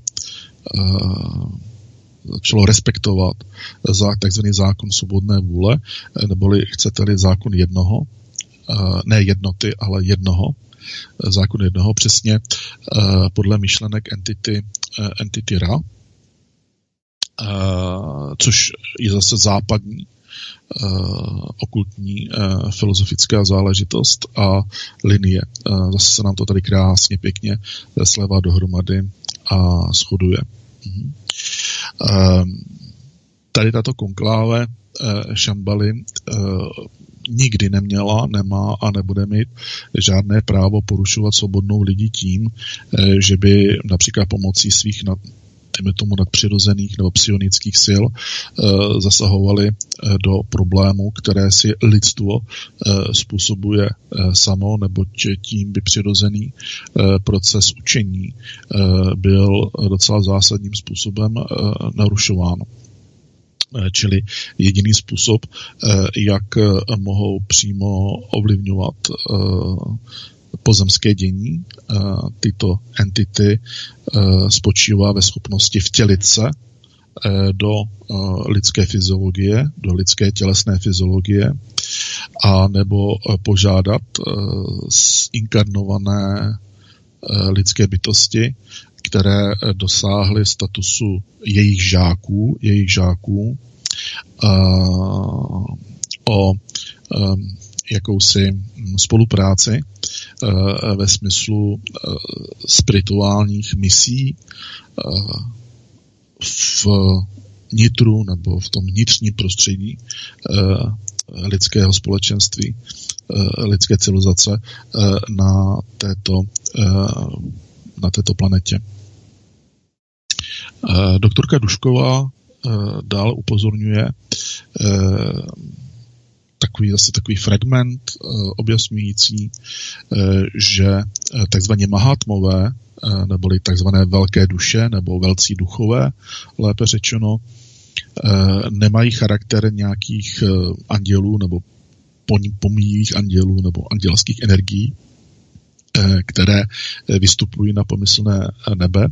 začalo respektovat takzvaný zákon svobodné vůle, neboli chcete-li zákon jednoho, ne jednoty, ale jednoho, zákon jednoho, přesně podle myšlenek entity, entity Ra, což je zase západní okultní filozofická záležitost a linie. Zase se nám to tady krásně, pěkně slevá dohromady a shoduje. Mhm. Tady tato konkláve Šambaly nikdy neměla, nemá a nebude mít žádné právo porušovat svobodnou lidi tím, že by například pomocí svých nad, tomu nadpřirozených nebo psionických sil zasahovali do problémů, které si lidstvo způsobuje samo, neboť tím by přirozený proces učení byl docela zásadním způsobem narušován. Čili jediný způsob, jak mohou přímo ovlivňovat pozemské dění, tyto entity spočívá ve schopnosti vtělit se do lidské fyziologie, do lidské tělesné fyziologie, a nebo požádat inkarnované lidské bytosti, které dosáhly statusu jejich žáků, jejich žáků uh, o um, jakousi spolupráci uh, ve smyslu uh, spirituálních misí uh, v nitru nebo v tom vnitřním prostředí uh, lidského společenství, uh, lidské civilizace uh, na této uh, na této planetě. Doktorka Dušková dále upozorňuje takový zase takový fragment objasňující, že takzvaně mahatmové, neboli takzvané velké duše, nebo velcí duchové, lépe řečeno, nemají charakter nějakých andělů nebo pomíjivých andělů nebo andělských energií, které vystupují na pomyslné nebe,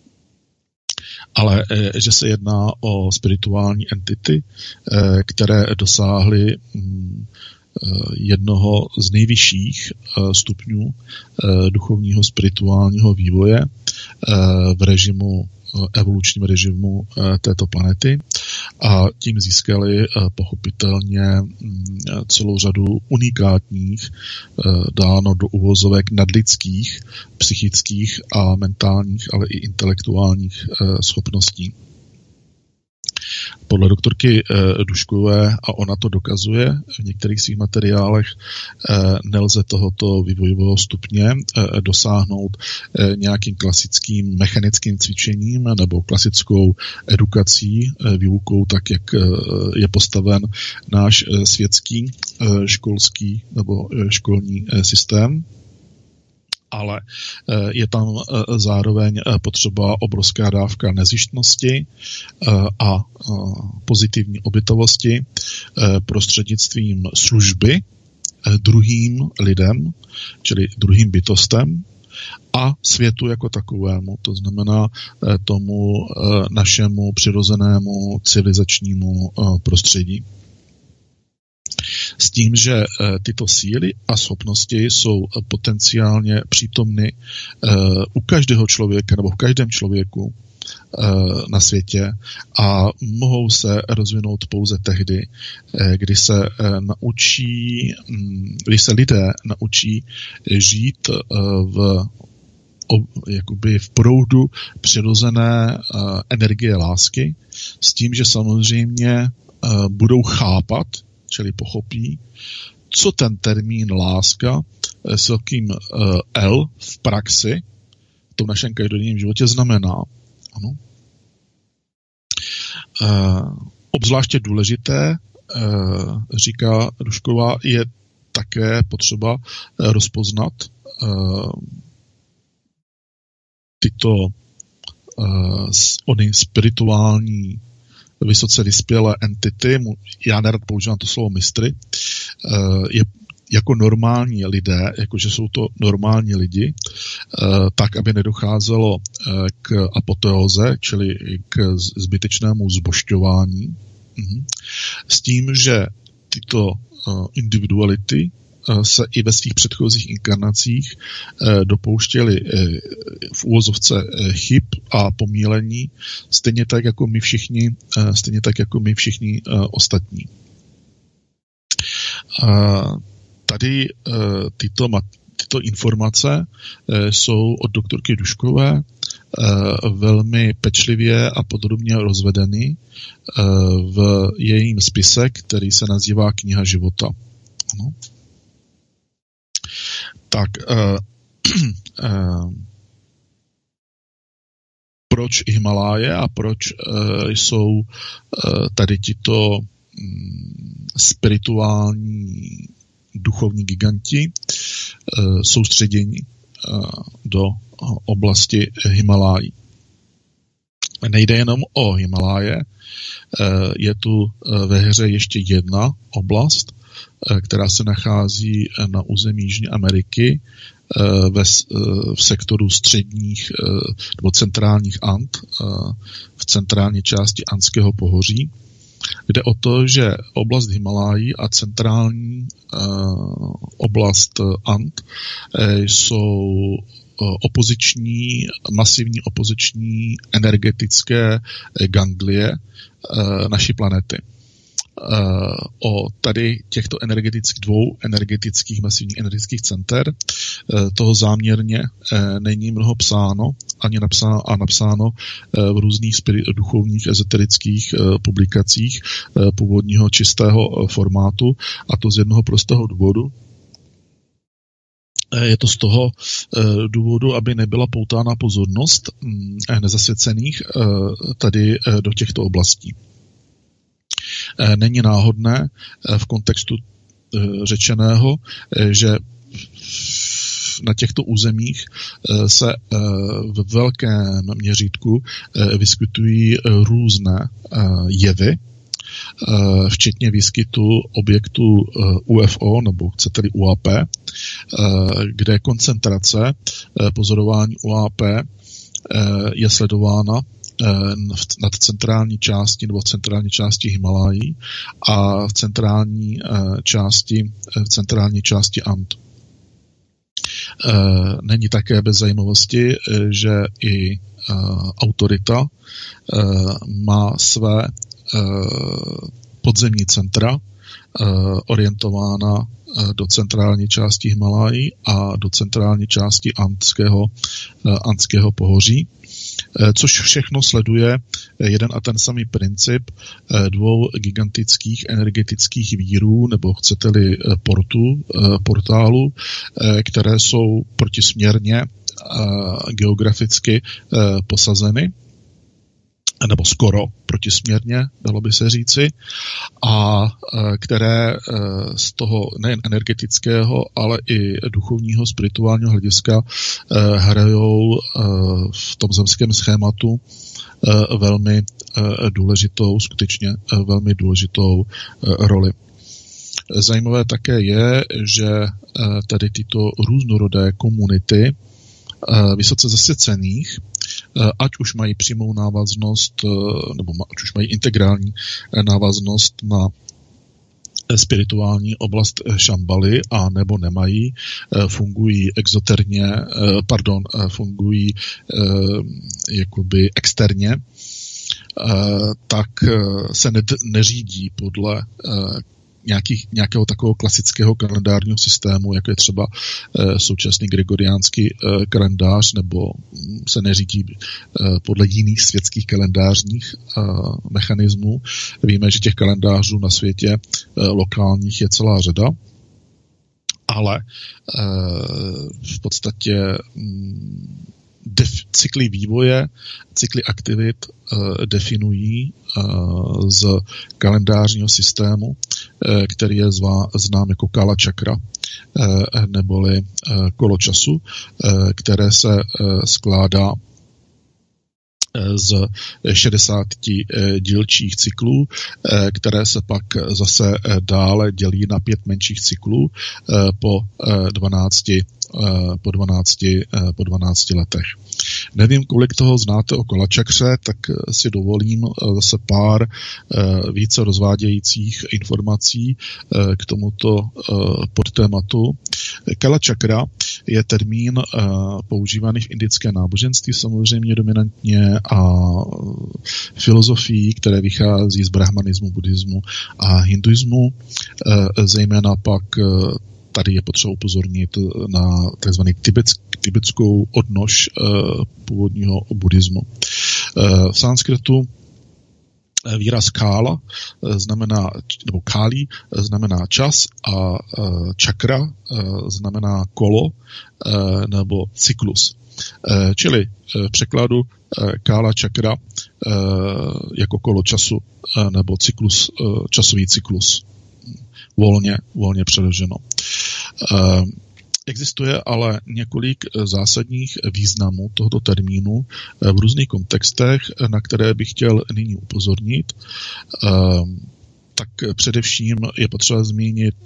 ale že se jedná o spirituální entity, které dosáhly jednoho z nejvyšších stupňů duchovního spirituálního vývoje v režimu, evolučním režimu této planety, a tím získali pochopitelně celou řadu unikátních, dáno do uvozovek nadlidských, psychických a mentálních, ale i intelektuálních schopností. Podle doktorky Duškové, a ona to dokazuje v některých svých materiálech, nelze tohoto vývojového stupně dosáhnout nějakým klasickým mechanickým cvičením nebo klasickou edukací, výukou, tak jak je postaven náš světský školský nebo školní systém. Ale je tam zároveň potřeba obrovská dávka nezištnosti a pozitivní obětavosti prostřednictvím služby druhým lidem, čili druhým bytostem a světu jako takovému, to znamená tomu našemu přirozenému civilizačnímu prostředí. S tím, že tyto síly a schopnosti jsou potenciálně přítomny u každého člověka nebo v každém člověku na světě a mohou se rozvinout pouze tehdy, kdy se naučí, když se lidé naučí žít v, jakoby v proudu přirozené energie lásky, s tím, že samozřejmě budou chápat, čili pochopí, co ten termín láska s velkým L v praxi v tom našem každodenním životě znamená. Ano. E, obzvláště důležité, e, říká Dušková, je také potřeba rozpoznat e, tyto e, ony spirituální vysoce vyspělé entity, já nerad používám to slovo mistry, je jako normální lidé, jakože jsou to normální lidi, tak, aby nedocházelo k apoteóze, čili k zbytečnému zbožťování, s tím, že tyto individuality se i ve svých předchozích inkarnacích dopouštěli v úvozovce chyb a pomílení, stejně tak jako my všichni, stejně tak jako my všichni ostatní. Tady tyto, tyto informace jsou od doktorky Duškové velmi pečlivě a podrobně rozvedeny v jejím spise, který se nazývá Kniha života. Ano. Tak uh, uh, proč Himaláje a proč uh, jsou uh, tady tito um, spirituální duchovní giganti uh, soustředění uh, do uh, oblasti Himalájí. Nejde jenom o Himaláje, uh, je tu uh, ve hře ještě jedna oblast, která se nachází na území Jižní Ameriky ve, v sektoru středních nebo centrálních And, v centrální části Andského pohoří. Jde o to, že oblast Himalájí a centrální oblast And jsou opoziční, masivní opoziční energetické ganglie naší planety. O tady těchto energetických, dvou energetických, masivních energetických center toho záměrně není mnoho psáno, ani napsáno, a napsáno v různých duchovních ezoterických publikacích původního čistého formátu, a to z jednoho prostého důvodu. Je to z toho důvodu, aby nebyla poutána pozornost nezasvěcených tady do těchto oblastí. Není náhodné v kontextu řečeného, že na těchto územích se v velkém měřítku vyskytují různé jevy, včetně výskytu objektu U F O, nebo chcete-li U A P, kde koncentrace pozorování U A P je sledována nad centrální části nebo v centrální části Himalájí a v centrální části, v centrální části And. Není také bez zajímavosti, že i autorita má své podzemní centra orientována do centrální části Himalájí a do centrální části Andského, Andského pohoří, což všechno sleduje jeden a ten samý princip dvou gigantických energetických vírů, nebo chcete-li portů, portálů, které jsou protisměrně geograficky posazeny, nebo skoro protisměrně, dalo by se říci, a které z toho nejen energetického, ale i duchovního, spirituálního hlediska hrajou v tom zemském schématu velmi důležitou, skutečně velmi důležitou roli. Zajímavé také je, že tady tyto různorodé komunity vysoce zasvěcených, ať už mají přímou návaznost, nebo ať už mají integrální návaznost na spirituální oblast Šambaly, a nebo nemají, fungují exoterně, pardon, fungují jakoby externě, tak se neřídí podle Nějakých, nějakého takového klasického kalendárního systému, jako je třeba e, současný gregoriánský e, kalendář, nebo se neřídí e, podle jiných světských kalendářních e, mechanismů. Víme, že těch kalendářů na světě e, lokálních je celá řada, ale e, v podstatě m, def, cykly vývoje, cykly aktivit e, definují e, z kalendářního systému, e, který je zvá, znám jako Kala Čakra, e, neboli e, kolo času, e, které se e, skládá z šedesáti dílčích cyklů, které se pak zase dále dělí na pět menších cyklů po dvanácti, po dvanácti, po dvanácti letech. Nevím, kolik toho znáte o Kalačakře, tak si dovolím zase pár více rozvádějících informací k tomuto podtématu. Kalačakra je termín používaný v indickém náboženství samozřejmě dominantně a filozofii, které vychází z brahmanismu, buddhismu a hinduismu. Zejména pak tady je potřeba upozornit na tzv. tibetskou odnož původního buddhismu. V sanskritu výraz kála znamená, nebo kálí znamená čas a čakra znamená kolo nebo cyklus. Čili v překladu kála čakra jako kolo času nebo cyklus, časový cyklus. Volně, volně přeloženo. Existuje ale několik zásadních významů tohoto termínu v různých kontextech, na které bych chtěl nyní upozornit. Tak především je potřeba zmínit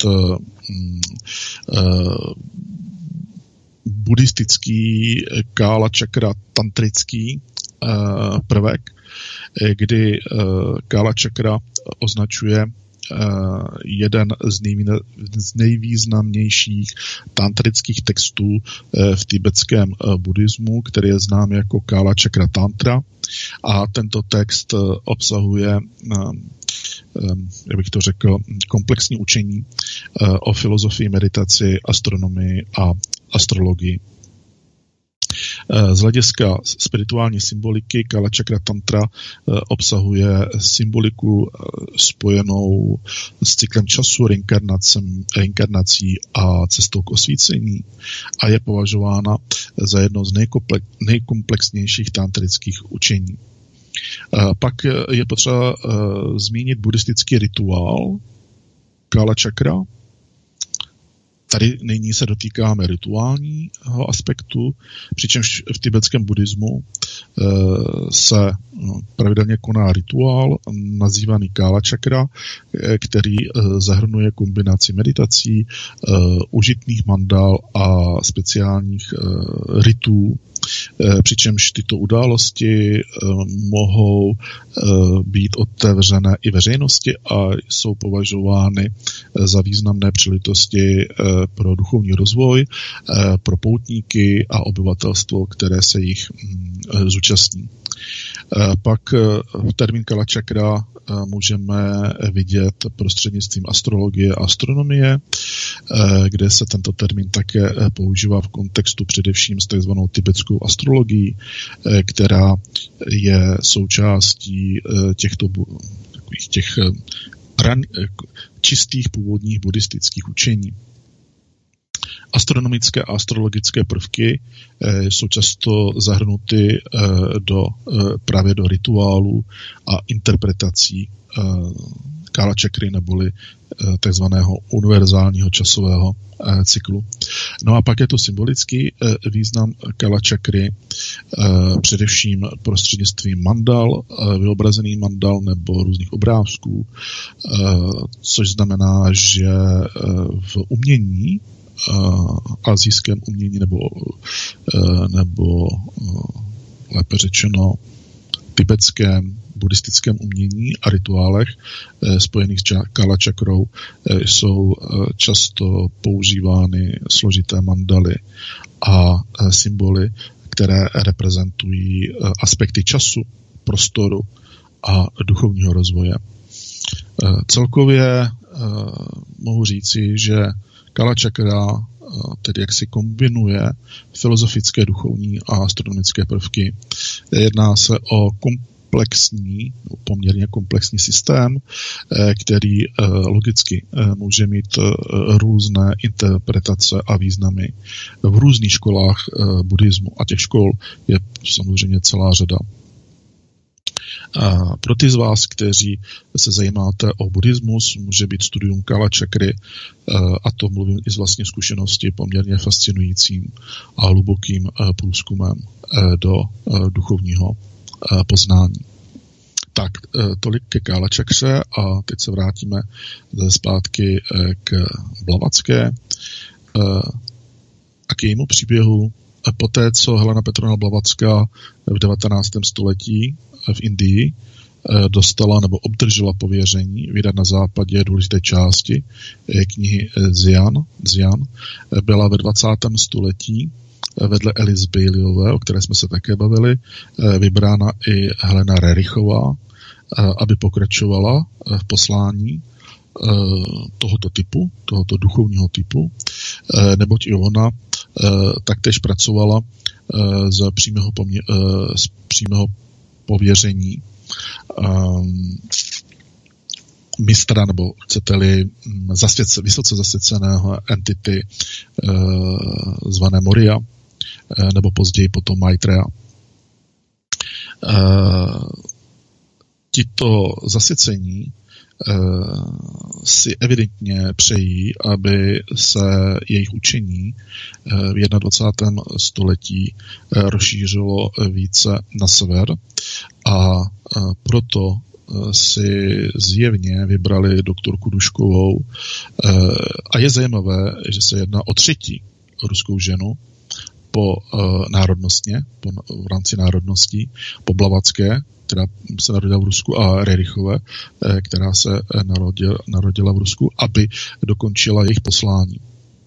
buddhistický kála čakra tantrický prvek, kdy kála čakra označuje jeden z, nejvý, z nejvýznamnějších tantrických textů v tibetském buddhismu, který je znám jako Kála Čakra Tantra. A tento text obsahuje, jak bych to řekl, komplexní učení o filozofii, meditaci, astronomii a astrologii. Z hlediska spirituální symboliky Kála Čakra Tantra obsahuje symboliku spojenou s cyklem času, reinkarnací a cestou k osvícení a je považována za jedno z nejkomplexnějších tantrických učení. Pak je potřeba zmínit buddhistický rituál Kála Čakra. Tady nyní se dotýkáme rituálního aspektu, přičemž v tibetském buddhismu se pravidelně koná rituál nazývaný Kála Čakra, který zahrnuje kombinaci meditací, užitných mandal a speciálních ritů, přičemž tyto události mohou být otevřené i veřejnosti a jsou považovány za významné příležitosti pro duchovní rozvoj, pro poutníky a obyvatelstvo, které se jich zúčastní. Pak termín Kála Čakra můžeme vidět prostřednictvím astrologie a astronomie, kde se tento termín také používá v kontextu především s takzvanou tibetskou astrologií, která je součástí těchto takových těch ran, čistých původních buddhistických učení. Astronomické a astrologické prvky jsou často zahrnuty do, právě do rituálů a interpretací Kála Čakry neboli takzvaného univerzálního časového cyklu. No a pak je to symbolický význam Kála Čakry, především prostřednictvím mandal, vyobrazených mandal nebo různých obrázků, což znamená, že v umění, asijském umění nebo, nebo lépe řečeno tibetském buddhistickém umění a rituálech spojených s Kála Čakrou jsou často používány složité mandaly a symboly, které reprezentují aspekty času, prostoru a duchovního rozvoje. Celkově mohu říci, že Kála Čakra tedy jak si kombinuje filozofické, duchovní a astronomické prvky. Jedná se o komplexní, poměrně komplexní systém, který logicky může mít různé interpretace a významy v různých školách buddhismu. A těch škol je samozřejmě celá řada. A pro ty z vás, kteří se zajímáte o buddhismus, může být studium Kála Čakry, a to mluvím i z vlastní zkušenosti, poměrně fascinujícím a hlubokým průzkumem do duchovního poznání. Tak, tolik ke Kála Čakře a teď se vrátíme zpátky k Blavatské a k jejímu příběhu. Poté, co Helena Petrovna Blavatská v devatenáctém století v Indii dostala nebo obdržela pověření vydat na západě důležité části knihy Zian. Zian byla ve dvacátém století vedle Alice Baileyové, o které jsme se také bavili, vybrána i Helena Rerichová, aby pokračovala v poslání tohoto typu, tohoto duchovního typu, neboť i ona taktéž pracovala z přímého, pomě- z přímého pověření mistra, nebo chcete-li zasvěc, vysoce zasvěceného entity zvané Moria, nebo později potom Maitreya. Tito zasvěcení si evidentně přejí, aby se jejich učení v dvacátém prvním století rozšířilo více na sever a proto si zjevně vybrali doktorku Duškovou a je zajímavé, že se jedná o třetí ruskou ženu po národnostně, po, v rámci národností, po Blavacké, která se narodila v Rusku, a Rerichové, která se narodila, narodila v Rusku, aby dokončila jejich poslání.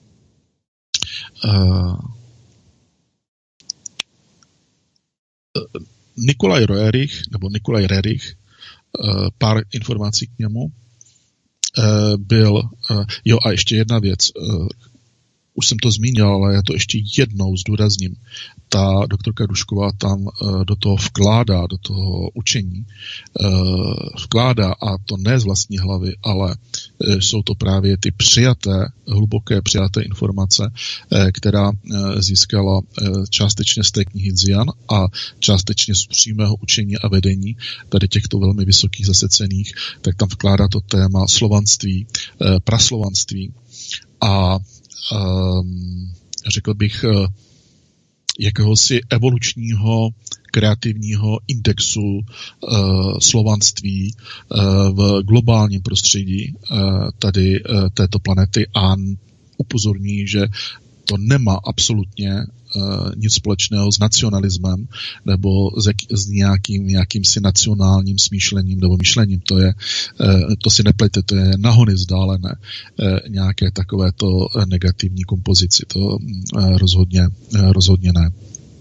Nikolaj Rerich, nebo Nikolaj Rerich, pár informací k němu, byl, jo a ještě jedna věc, už jsem to zmínil, ale já to ještě jednou zdůrazním. Ta doktorka Dušková tam do toho vkládá, do toho učení, vkládá, a to ne z vlastní hlavy, ale jsou to právě ty přijaté, hluboké přijaté informace, která získala částečně z té knihy Zian a částečně z přímého učení a vedení tady těchto velmi vysokých zasvěcených, tak tam vkládá to téma slovanství, praslovanství a Um, řekl bych, uh, jakéhosi evolučního kreativního indexu uh, slovanství uh, v globálním prostředí uh, tady uh, této planety a upozorní, že to nemá absolutně uh, nic společného s nacionalismem nebo s, jak, s nějakým, nějakýmsi nacionálním smýšlením nebo myšlením. To je, uh, to si neplete, to je nahony vzdálené uh, nějaké takovéto negativní kompozici. To uh, rozhodně, uh, rozhodně ne.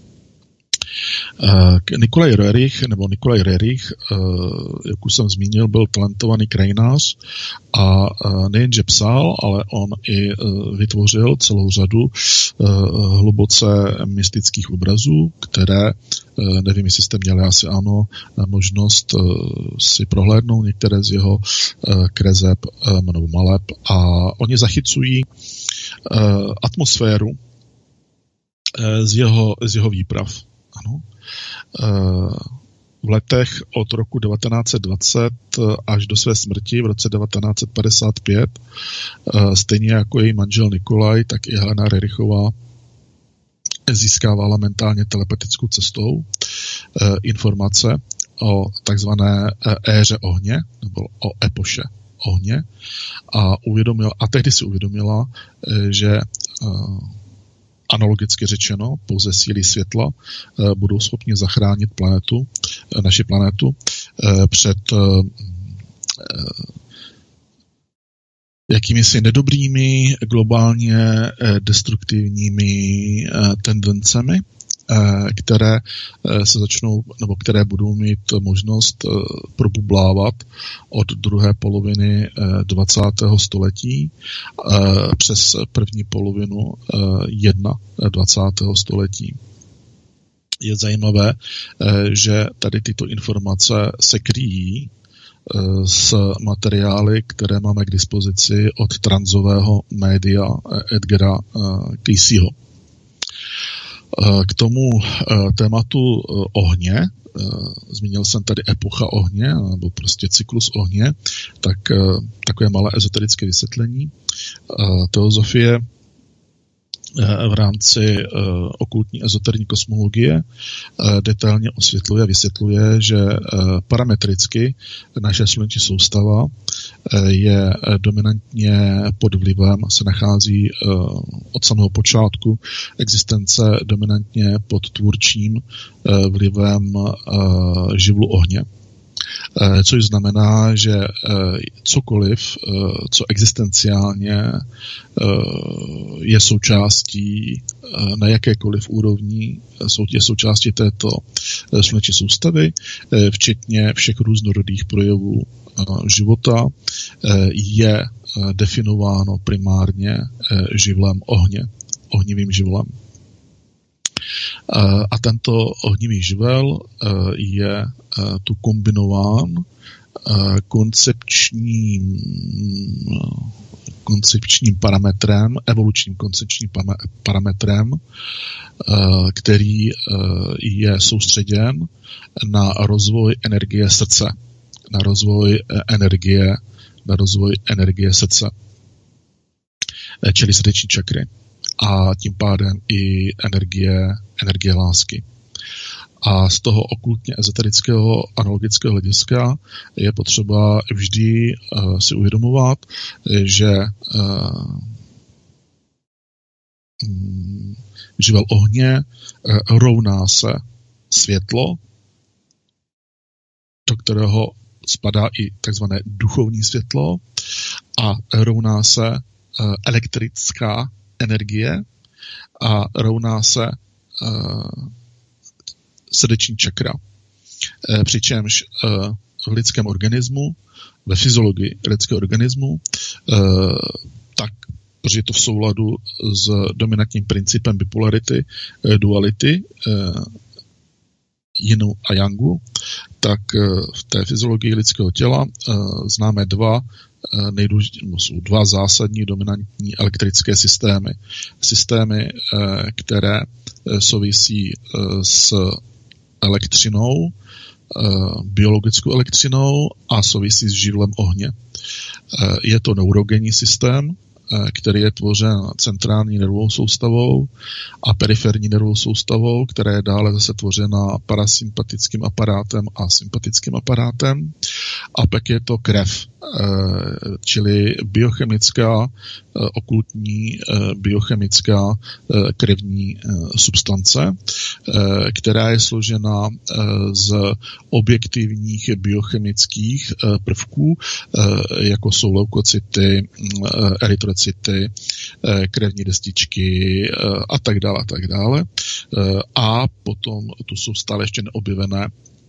Nikolaj Rerich, nebo Nikolaj Rerich, jak už jsem zmínil, byl talentovaný krajinář a nejenže psal, ale on i vytvořil celou řadu hluboce mystických obrazů, které, nevím, jestli jste měli, asi ano, možnost si prohlédnout některé z jeho kreseb nebo maleb, a oni zachycují atmosféru z jeho, z jeho výprav. Ano. V letech od roku devatenáct set dvacet až do své smrti v roce devatenáct set padesát pět, stejně jako její manžel Nikolaj, tak i Helena Rerichová získávala mentálně telepatickou cestou informace o takzvané éře ohně, nebo o epoše ohně, a uvědomila, a tehdy si uvědomila, že analogicky řečeno, pouze síly světla budou schopni zachránit planetu, naši planetu před jakýmisi nedobrými, globálně destruktivními tendencemi, které se začnou, nebo které budou mít možnost probublávat od druhé poloviny dvacátého století přes první polovinu dvacátého století. Je zajímavé, že tady tyto informace se kryjí s materiály, které máme k dispozici od transového média Edgara Cayceho. K tomu tématu ohně, zmínil jsem tady epocha ohně, nebo prostě cyklus ohně, tak takové malé ezoterické vysvětlení. Teozofie v rámci okultní ezoterní kosmologie detailně osvětluje a vysvětluje, že parametricky naše sluneční soustava je dominantně pod vlivem, se nachází od samého počátku existence dominantně pod tvůrčím vlivem živlu ohně. Což znamená, že cokoliv, co existenciálně je součástí na jakékoliv úrovni, je součástí této sluneční soustavy, včetně všech různorodých projevů života, je definováno primárně živlem ohně, ohnivým živlem. A tento ohnivý živel je tu kombinován koncepčním, koncepčním parametrem, evolučním koncepčním parametrem, který je soustředěn na rozvoj energie srdce, na rozvoj energie, na rozvoj energie srdce, čili srdeční čakry. A tím pádem i energie, energie lásky. A z toho okultně ezoterického analogického hlediska je potřeba vždy uh, si uvědomovat, že uh, um, živel ohně uh, rovná se světlo, do kterého spadá i takzvané duchovní světlo, a rovná se uh, elektrická energie a rovná se uh, srdeční čakra. E, přičemž uh, v lidském organismu, ve fyziologii lidského organismu, uh, tak, protože je to v souladu s dominantním principem bipolarity, uh, duality, uh, Yinu a Yangu, tak uh, v té fyziologii lidského těla uh, známe dva nejdůležitější, jsou dva zásadní dominantní elektrické systémy. Systémy, které souvisí s elektřinou, biologickou elektřinou a souvisí s živlem ohně. Je to neurogenní systém, který je tvořen centrální nervovou soustavou a periferní nervovou soustavou, která je dále zase tvořena parasympatickým aparátem a sympatickým aparátem. A pak je to krev, čili biochemická, okultní biochemická krevní substance, která je složena z objektivních biochemických prvků, jako jsou leukocyty, erytrocity, krevní destičky a tak dále a tak dále. A potom tu jsou stále ještě neobjevené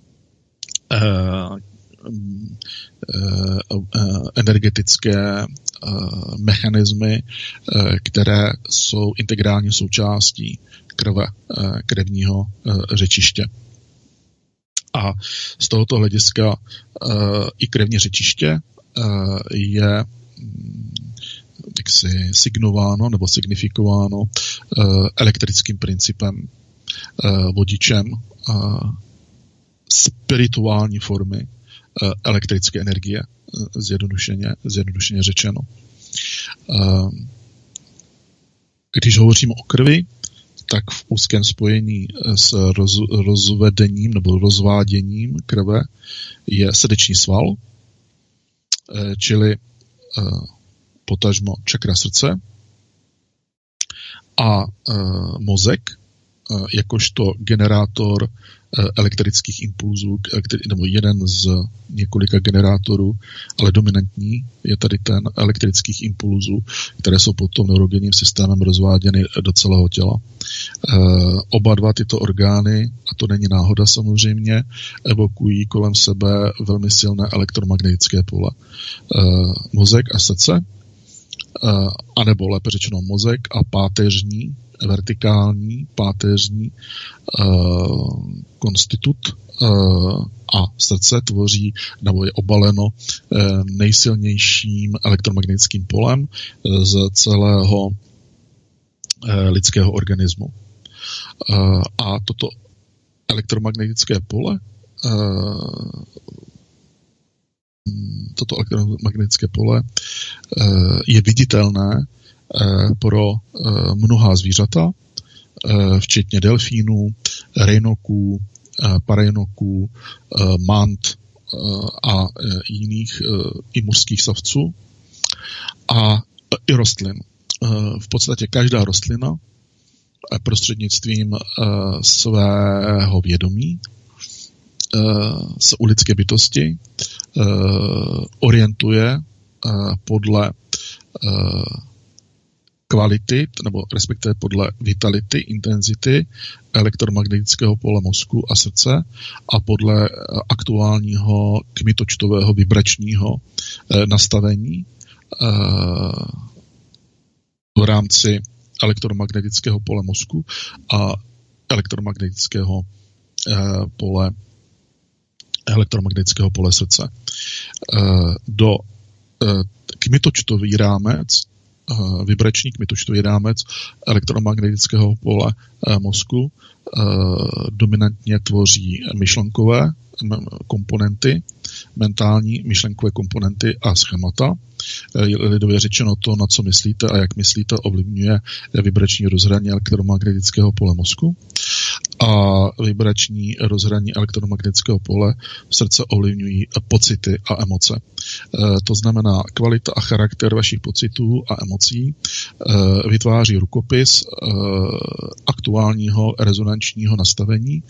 energetické mechanismy, které jsou integrální součástí krve, krevního řečiště. A z tohoto hlediska i krevní řečiště je jaksi signováno nebo signifikováno elektrickým principem, vodičem spirituální formy elektrické energie, zjednodušeně, zjednodušeně řečeno. Když hovoříme o krvi, tak v úzkém spojení s roz, rozvedením nebo rozváděním krve je srdeční sval, čili potažmo čakra srdce, a mozek jakožto generátor elektrických impulzů, nebo jeden z několika generátorů, ale dominantní je tady ten elektrických impulzů, které jsou potom neurogenním systémem rozváděny do celého těla. E, oba dva tyto orgány, a to není náhoda samozřejmě, evokují kolem sebe velmi silné elektromagnetické pole. E, mozek a srdce, e, anebo lépe řečeno mozek a páteřní, vertikální, páteřní uh, konstitut uh, a srdce tvoří, nebo je obaleno uh, nejsilnějším elektromagnetickým polem uh, z celého uh, lidského organismu. Uh, a toto elektromagnetické pole uh, toto elektromagnetické pole uh, je viditelné pro mnohá zvířata, včetně delfínů, rejnoků, parejnoků, mant a jiných i mořských savců a i rostlin. V podstatě každá rostlina prostřednictvím svého vědomí se u lidské bytosti orientuje podle kvality, nebo respektive podle vitality, intenzity elektromagnetického pole mozku a srdce a podle aktuálního kmitočtového vibračního nastavení v rámci elektromagnetického pole mozku a elektromagnetického pole elektromagnetického pole srdce. Do kmitočtový rámec, vibrační kmitočtový rámec elektromagnetického pole mozku dominantně tvoří myšlenkové komponenty, mentální myšlenkové komponenty a schémata. Lidově řečeno to, na co myslíte a jak myslíte, ovlivňuje vibrační rozhraní elektromagnetického pole mozku a vibrační rozhraní elektromagnetického pole srdce ovlivňují pocity a emoce. To znamená, kvalita a charakter vašich pocitů a emocí vytváří rukopis aktuálního rezonančního nastavení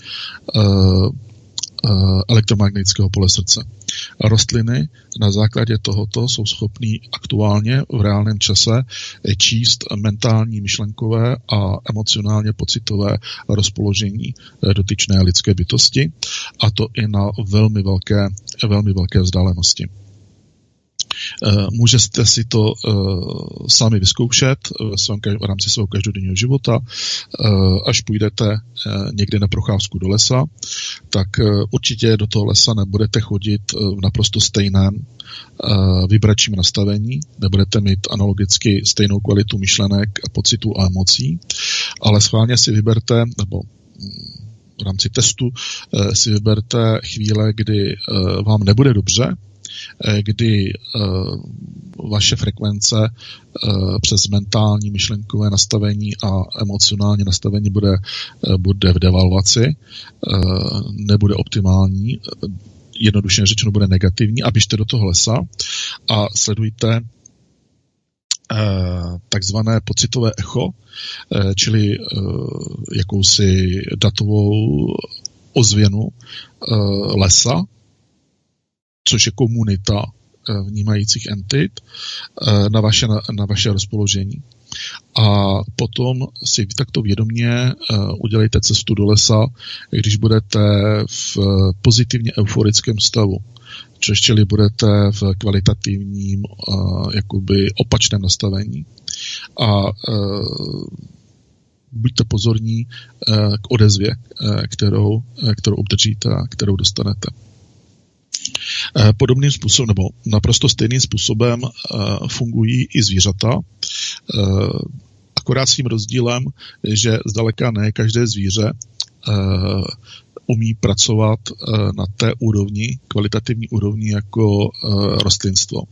elektromagnetického pole srdce. Rostliny na základě tohoto jsou schopný aktuálně v reálném čase číst mentální, myšlenkové a emocionálně pocitové rozpoložení dotyčné lidské bytosti, a to i na velmi velké, velmi velké vzdálenosti. Můžete si to uh, sami vyzkoušet v, svém, v rámci svého každodenního života. Uh, až půjdete uh, někde na procházku do lesa, tak uh, určitě do toho lesa nebudete chodit uh, v naprosto stejném uh, vibračním nastavení, nebudete mít analogicky stejnou kvalitu myšlenek, pocitů a emocí, ale schválně si vyberte, nebo v rámci testu uh, si vyberte chvíle, kdy uh, vám nebude dobře, kdy uh, vaše frekvence uh, přes mentální myšlenkové nastavení a emocionální nastavení bude, uh, bude v devalvaci, uh, nebude optimální, jednoduše řečeno bude negativní, a běžte do toho lesa a sledujte uh, takzvané pocitové echo, uh, čili uh, jakousi datovou ozvěnu uh, lesa, což je komunita vnímajících entit, na vaše, na, na vaše rozpoložení. A potom si takto vědomě udělejte cestu do lesa, když budete v pozitivně euforickém stavu, což čili budete v kvalitativním jakoby opačném nastavení. A buďte pozorní k odezvě, kterou, kterou obdržíte a kterou dostanete. Podobným způsobem, nebo naprosto stejným způsobem fungují i zvířata, akorát s tím rozdílem, že zdaleka ne každé zvíře umí pracovat na té úrovni, kvalitativní úrovni jako rostlinstvo.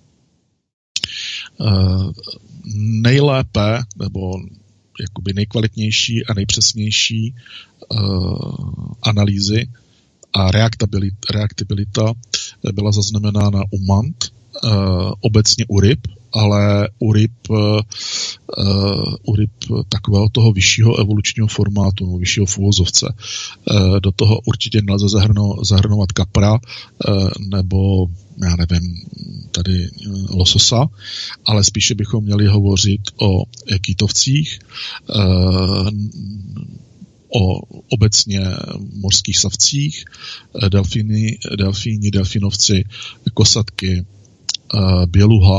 Nejlépe, nebo jakoby nejkvalitnější a nejpřesnější analýzy a reaktibilita byla zaznamenána u mant, obecně u ryb, ale u ryb, u ryb takového toho vyššího evolučního formátu, no, vyššího v uvozovce. Do toho určitě nelze zahrno, zahrnovat kapra nebo, já nevím, tady lososa, ale spíše bychom měli hovořit o kýtovcích, o obecně mořských savcích, delfíny, delfíni, delfinovci, kosatky, běluha,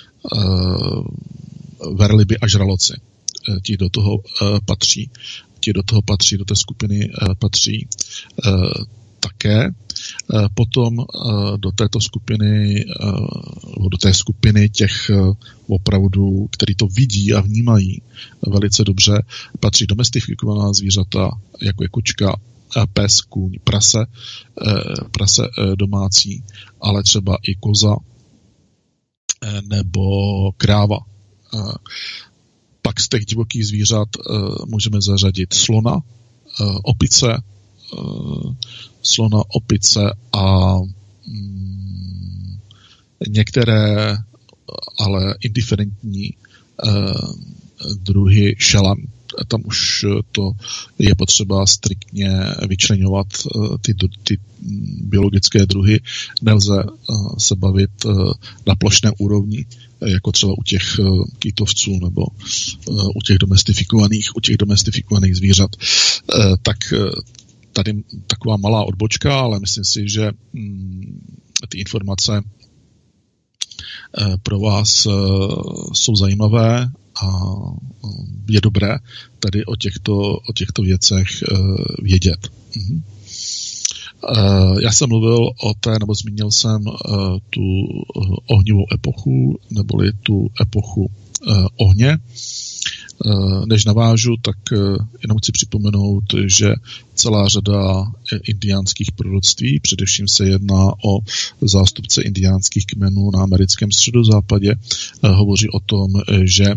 verliby a žraloci. Ti do toho patří. Ti do toho patří, do té skupiny patří také. Potom do této skupiny, do té skupiny těch opravdu, který to vidí a vnímají velice dobře, patří domestifikovaná zvířata, jako je kočka, pes, kůň, prase, prase domácí, ale třeba i koza nebo kráva. Pak z těch divokých zvířat můžeme zařadit slona, opice, slona, opice a mm, některé ale indiferentní uh, druhy šelem. tam už to je potřeba striktně vyčleňovat ty, ty biologické druhy. Nelze se bavit na plošné úrovni, jako třeba u těch kytovců nebo u těch domestifikovaných, u těch domestifikovaných zvířat. Tak tady taková malá odbočka, ale myslím si, že ty informace pro vás jsou zajímavé a je dobré tady o těchto, o těchto věcech vědět. Mhm. Já jsem mluvil o té, nebo zmínil jsem tu ohnivou epochu, neboli tu epochu ohně. Než navážu, tak jenom chci připomenout, že celá řada indiánských proroctví, především se jedná o zástupce indiánských kmenů na americkém středozápadě, hovoří o tom, že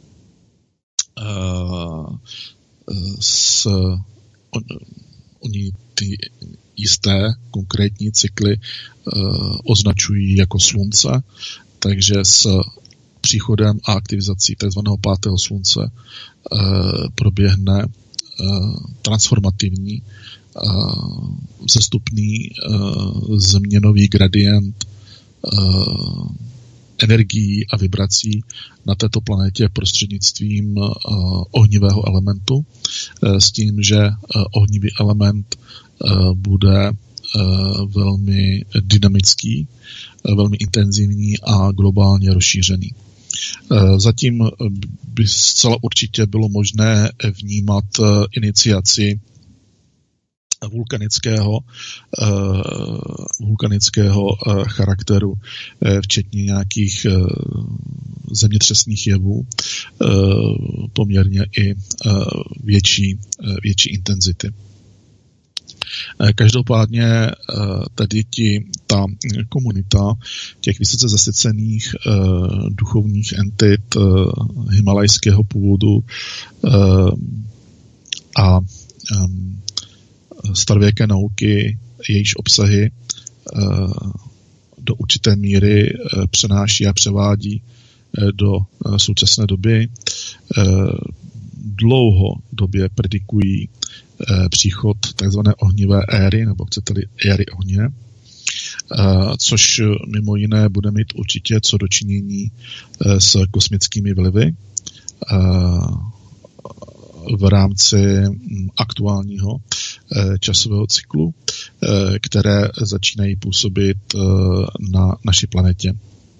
s, on, oni ty jisté konkrétní cykly označují jako slunce, takže s příchodem a aktivizací tzv. Pátého slunce e, proběhne e, transformativní e, vzestupný e, změnový gradient e, energií a vibrací na této planetě prostřednictvím e, ohnivého elementu e, s tím, že e, ohnivý element e, bude e, velmi dynamický, e, velmi intenzivní a globálně rozšířený. Zatím by zcela určitě bylo možné vnímat iniciaci vulkanického, vulkanického charakteru, včetně nějakých zemětřesných jevů, poměrně i větší, větší intenzity. Každopádně tady ti, ta komunita těch vysoce zasvěcených duchovních entit himalajského původu a starověké nauky, jejíž obsahy do určité míry přenáší a převádí do současné doby, dlouhodobě predikují příchod takzvané ohnivé éry, nebo chcete-li éry ohně, což mimo jiné bude mít určitě co dočinění s kosmickými vlivy v rámci aktuálního časového cyklu, které začínají působit na naší planetě.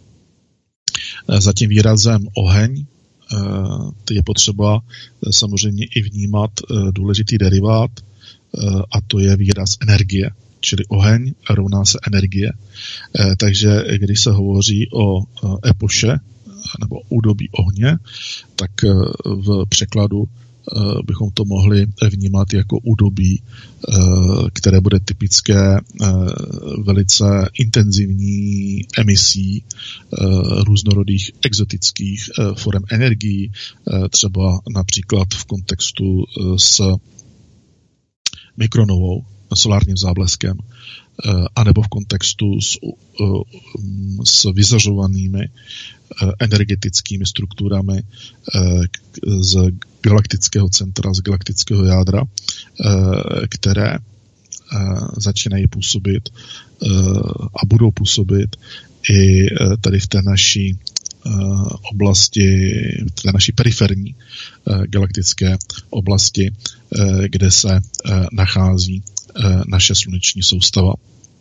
Za tím výrazem oheň je potřeba samozřejmě i vnímat důležitý derivát, a to je výraz energie, čili oheň rovná se energie. Takže když se hovoří o epoše nebo údobí ohně, tak v překladu bychom to mohli vnímat jako údobí, které bude typické velice intenzivní emisí různorodých exotických forem energií, třeba například v kontextu s mikronovou, solárním zábleskem, anebo v kontextu s, s vyzařovanými energetickými strukturami z galaktického centra, z galaktického jádra, které začínají působit a budou působit i tady v té naší oblasti, v té naší periferní galaktické oblasti, kde se nachází naše sluneční soustava.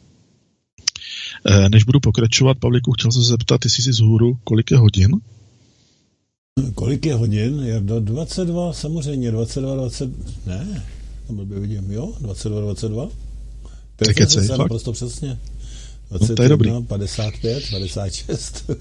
Než budu pokračovat, Pavlíku, chtěl se zeptat, jestli jsi z hůru, kolik je hodin? Kolik je hodin? Je do dvacet dva, samozřejmě, dvacet dva, dvacet, ne, tam by vidím, jo, dvacet dva, dvacet dva. Tak je se naprosto přesně. dvacet jedna, no, padesát pět, padesát šest.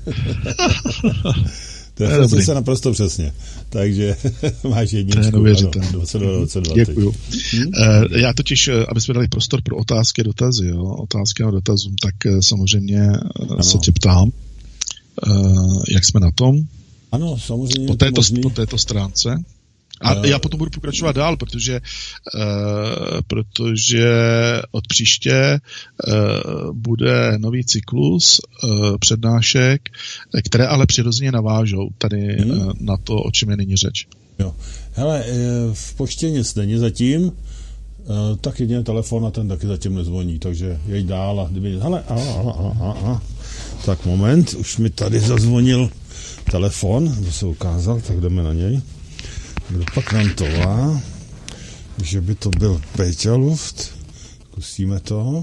To je se naprosto přesně. Takže máš jedničku. To je ano, dvacet dva, dvacet dva. Děkuju. Hmm? Já totiž, aby jsme dali prostor pro otázky a dotazy, jo? otázky a dotazům, tak samozřejmě ano. se tě ptám, jak jsme na tom. Ano, samozřejmě. Po této, po této stránce. A uh, já potom budu pokračovat dál, protože, uh, protože od příště uh, bude nový cyklus uh, přednášek, které ale přirozeně navážou tady hmm. uh, na to, o čem je nyní řeč. Jo. Hele, v poště nic není zatím, tak jedině telefon a ten taky zatím nezvoní, takže jeď dál a kdyby... Hele, a, a, a, a. Tak moment, už mi tady zazvonil telefon, to se ukázal, tak jdeme na něj. Kdo pak nám to volá? Že by to byl Péťa Luft. Zkusíme to.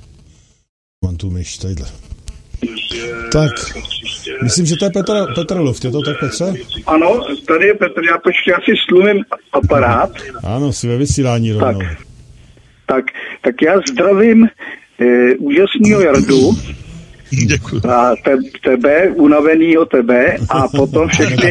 Mám tu myš, tadyhle. Tak, myslím, že to je Petr, Petr Luft, je to tak, Petře? Ano, tady je Petr, já počkej, já si slumím aparát. Ano, jsi ve vysílání rovnou. Tak, tak, tak já zdravím e, úžasnýho Jardu. Děkuji. A te, tebe, unavenýho tebe a potom všechny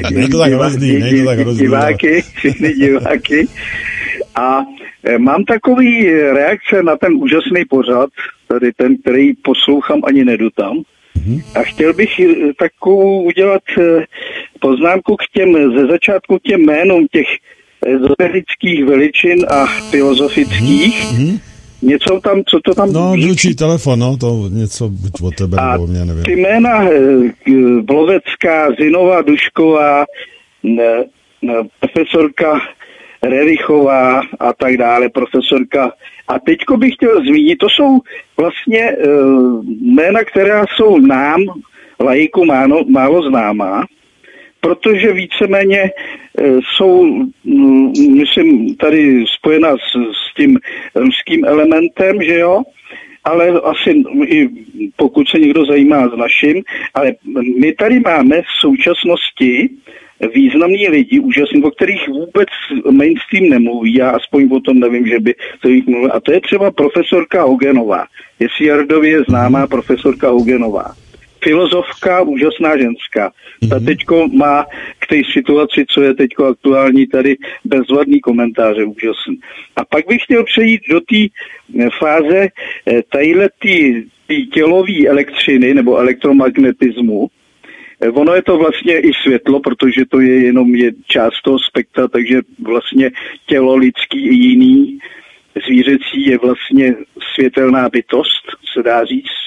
diváky, všechny diváky. A e, mám takový reakce na ten úžasný pořad, tady ten, který poslouchám, ani nedu tam. A chtěl bych takovou udělat poznámku k těm, ze začátku k těm jménům těch ezoterických veličin a filozofických. Mm-hmm. Něco tam, co to tam... No, zvučí telefon, no, to něco buď od tebe, a nebo mě, nevím. ty jména Blovecká, Zinová, Dušková, ne, ne, profesorka Rerichová a tak dále, profesorka. A teďko bych chtěl zmínit, to jsou vlastně uh, jména, která jsou nám, laiku, málo, málo známá, protože víceméně uh, jsou, um, myslím, tady spojená s, s tím ruským elementem, že jo, ale asi i pokud se někdo zajímá s naším, ale my tady máme v současnosti významní lidi, úžasní, o kterých vůbec mainstream nemluví, já aspoň o tom nevím, že by to jich mluvil. A to je třeba profesorka Hogenová. Jestli Jardovi je známá profesorka Hogenová. Filozofka, úžasná ženská. Ta teďko má k té situaci, co je teďko aktuální, tady bezvadný komentáře, úžasný. A pak bych chtěl přejít do té fáze tadyhle ty tělové elektřiny nebo elektromagnetismu. Ono je to vlastně i světlo, protože to je jenom je část toho spektra, takže vlastně tělo lidský i jiný zvířecí je vlastně světelná bytost, se dá říct.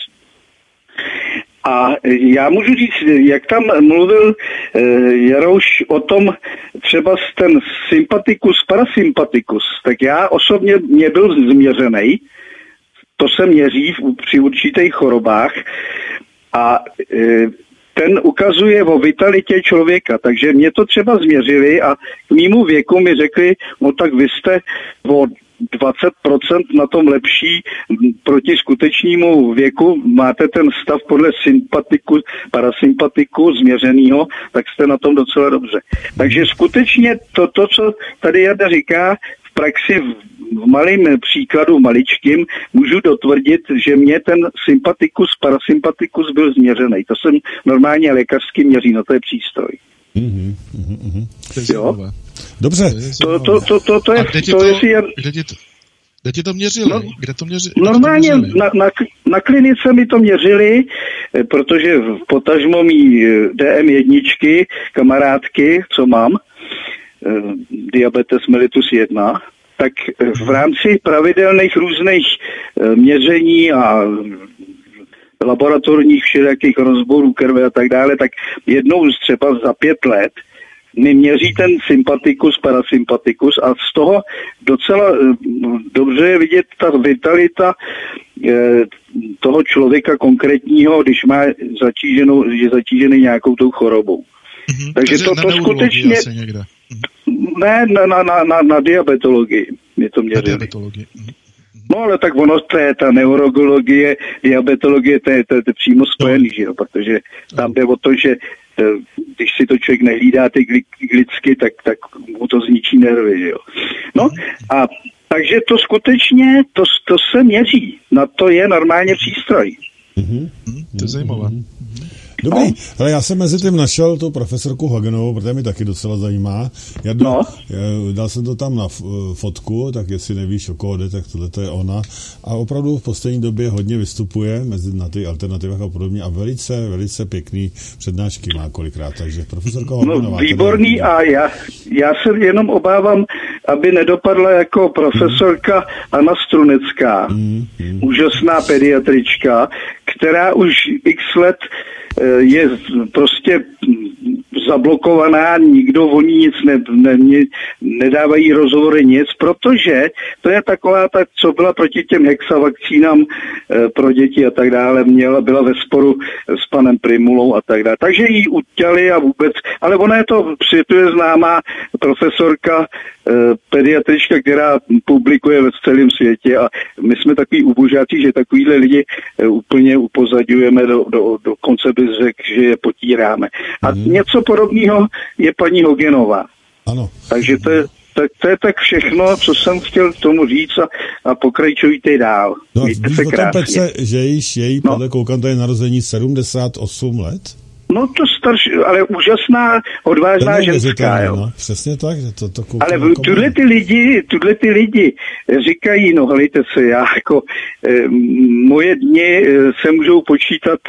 A já můžu říct, jak tam mluvil e, Jarouš o tom třeba ten sympatikus, parasympatikus, tak já osobně mě byl změřený, to se měří při určitých chorobách a e, ten ukazuje o vitalitě člověka, takže mě to třeba změřili a k mému věku mi řekli, no tak vy jste o dvacet procent na tom lepší proti skutečnému věku, máte ten stav podle sympatiku, parasympatiku změřenýho, tak jste na tom docela dobře. Takže skutečně to, to co tady Jarda říká, v praxi v malým příkladu, maličkým, můžu dotvrdit, že mě ten sympatikus, parasympatikus byl změřený. To jsem normálně lékařsky měří, no to je přístroj. Mm-hmm, mm-hmm. Jo? Dobře. To, to, to, to, to je... Kde ti to, to, to, je, kde ti to, kde ti to měřili? No, kde to měři, normálně to měřili? Na, na, na klinice mi to měřili, protože v potažmo mý D M jedna, kamarádky, co mám, diabetes mellitus jedna, tak v rámci pravidelných různých měření a laboratorních všelijakých rozborů krve a tak dále, tak jednou třeba za pět let mi měří ten sympatikus, parasympatikus a z toho docela dobře je vidět ta vitalita toho člověka konkrétního, když má zatíženou, je zatížený nějakou tou chorobou. Mm-hmm. Takže to, to skutečně... Ne, na, na, na, na, na diabetologii mě to měřili. Na diabetologii. Mm-hmm. No ale tak ono, to je ta neurologie, diabetologie, to je, to je, to je přímo spojený, že jo, protože tam jde o to, že když si to člověk nehlídá ty glicky, tak, tak mu to zničí nervy, že jo. No a takže to skutečně, to, to se měří, na to je normálně přístroj. Mm-hmm. To je zajímavé. Dobrý, no. Ale já jsem mezi tím našel tu profesorku Hagenovou, protože mi taky docela zajímá. Já dal, no. já, dal jsem to tam na fotku, tak jestli nevíš, o koho jde, tak tohle je ona. A opravdu v poslední době hodně vystupuje mezi, na ty alternativách a podobně a velice, velice pěkný přednášky má kolikrát, takže profesorka Hagenová. No, výborný tedy... a já, já se jenom obávám, aby nedopadla jako profesorka Anna Strunecká, mm, mm. úžasná pediatrička, která už x let je prostě zablokovaná, nikdo o ní nic ne, ne, nedávají rozhovory nic, protože to je taková ta, co byla proti těm hexavakcínám e, pro děti a tak dále, měla, byla ve sporu s panem Primulou a tak dále. Takže ji utěli a vůbec, ale ona je to, to je známá profesorka, e, pediatrička, která publikuje ve celém světě a my jsme takový ubožáci, že takovýhle lidi e, úplně upozadňujeme do, do, do konce bych řekl, že je potíráme. A hmm. něco podobného je paní Hogenová. Ano. Takže to je, tak, to je tak všechno, co jsem chtěl k tomu říct a, a pokračujte dál. No, Mějte se krásně. Pece, že již její, no. podle koukám, to je narození sedmdesát osm let? No to starší, ale úžasná, odvážná ženská, jo. No, přesně tak, že to, to koukám. Ale tuhle ty lidi, tuhle ty lidi říkají, no hlejte se, já jako e, moje dny e, se můžou počítat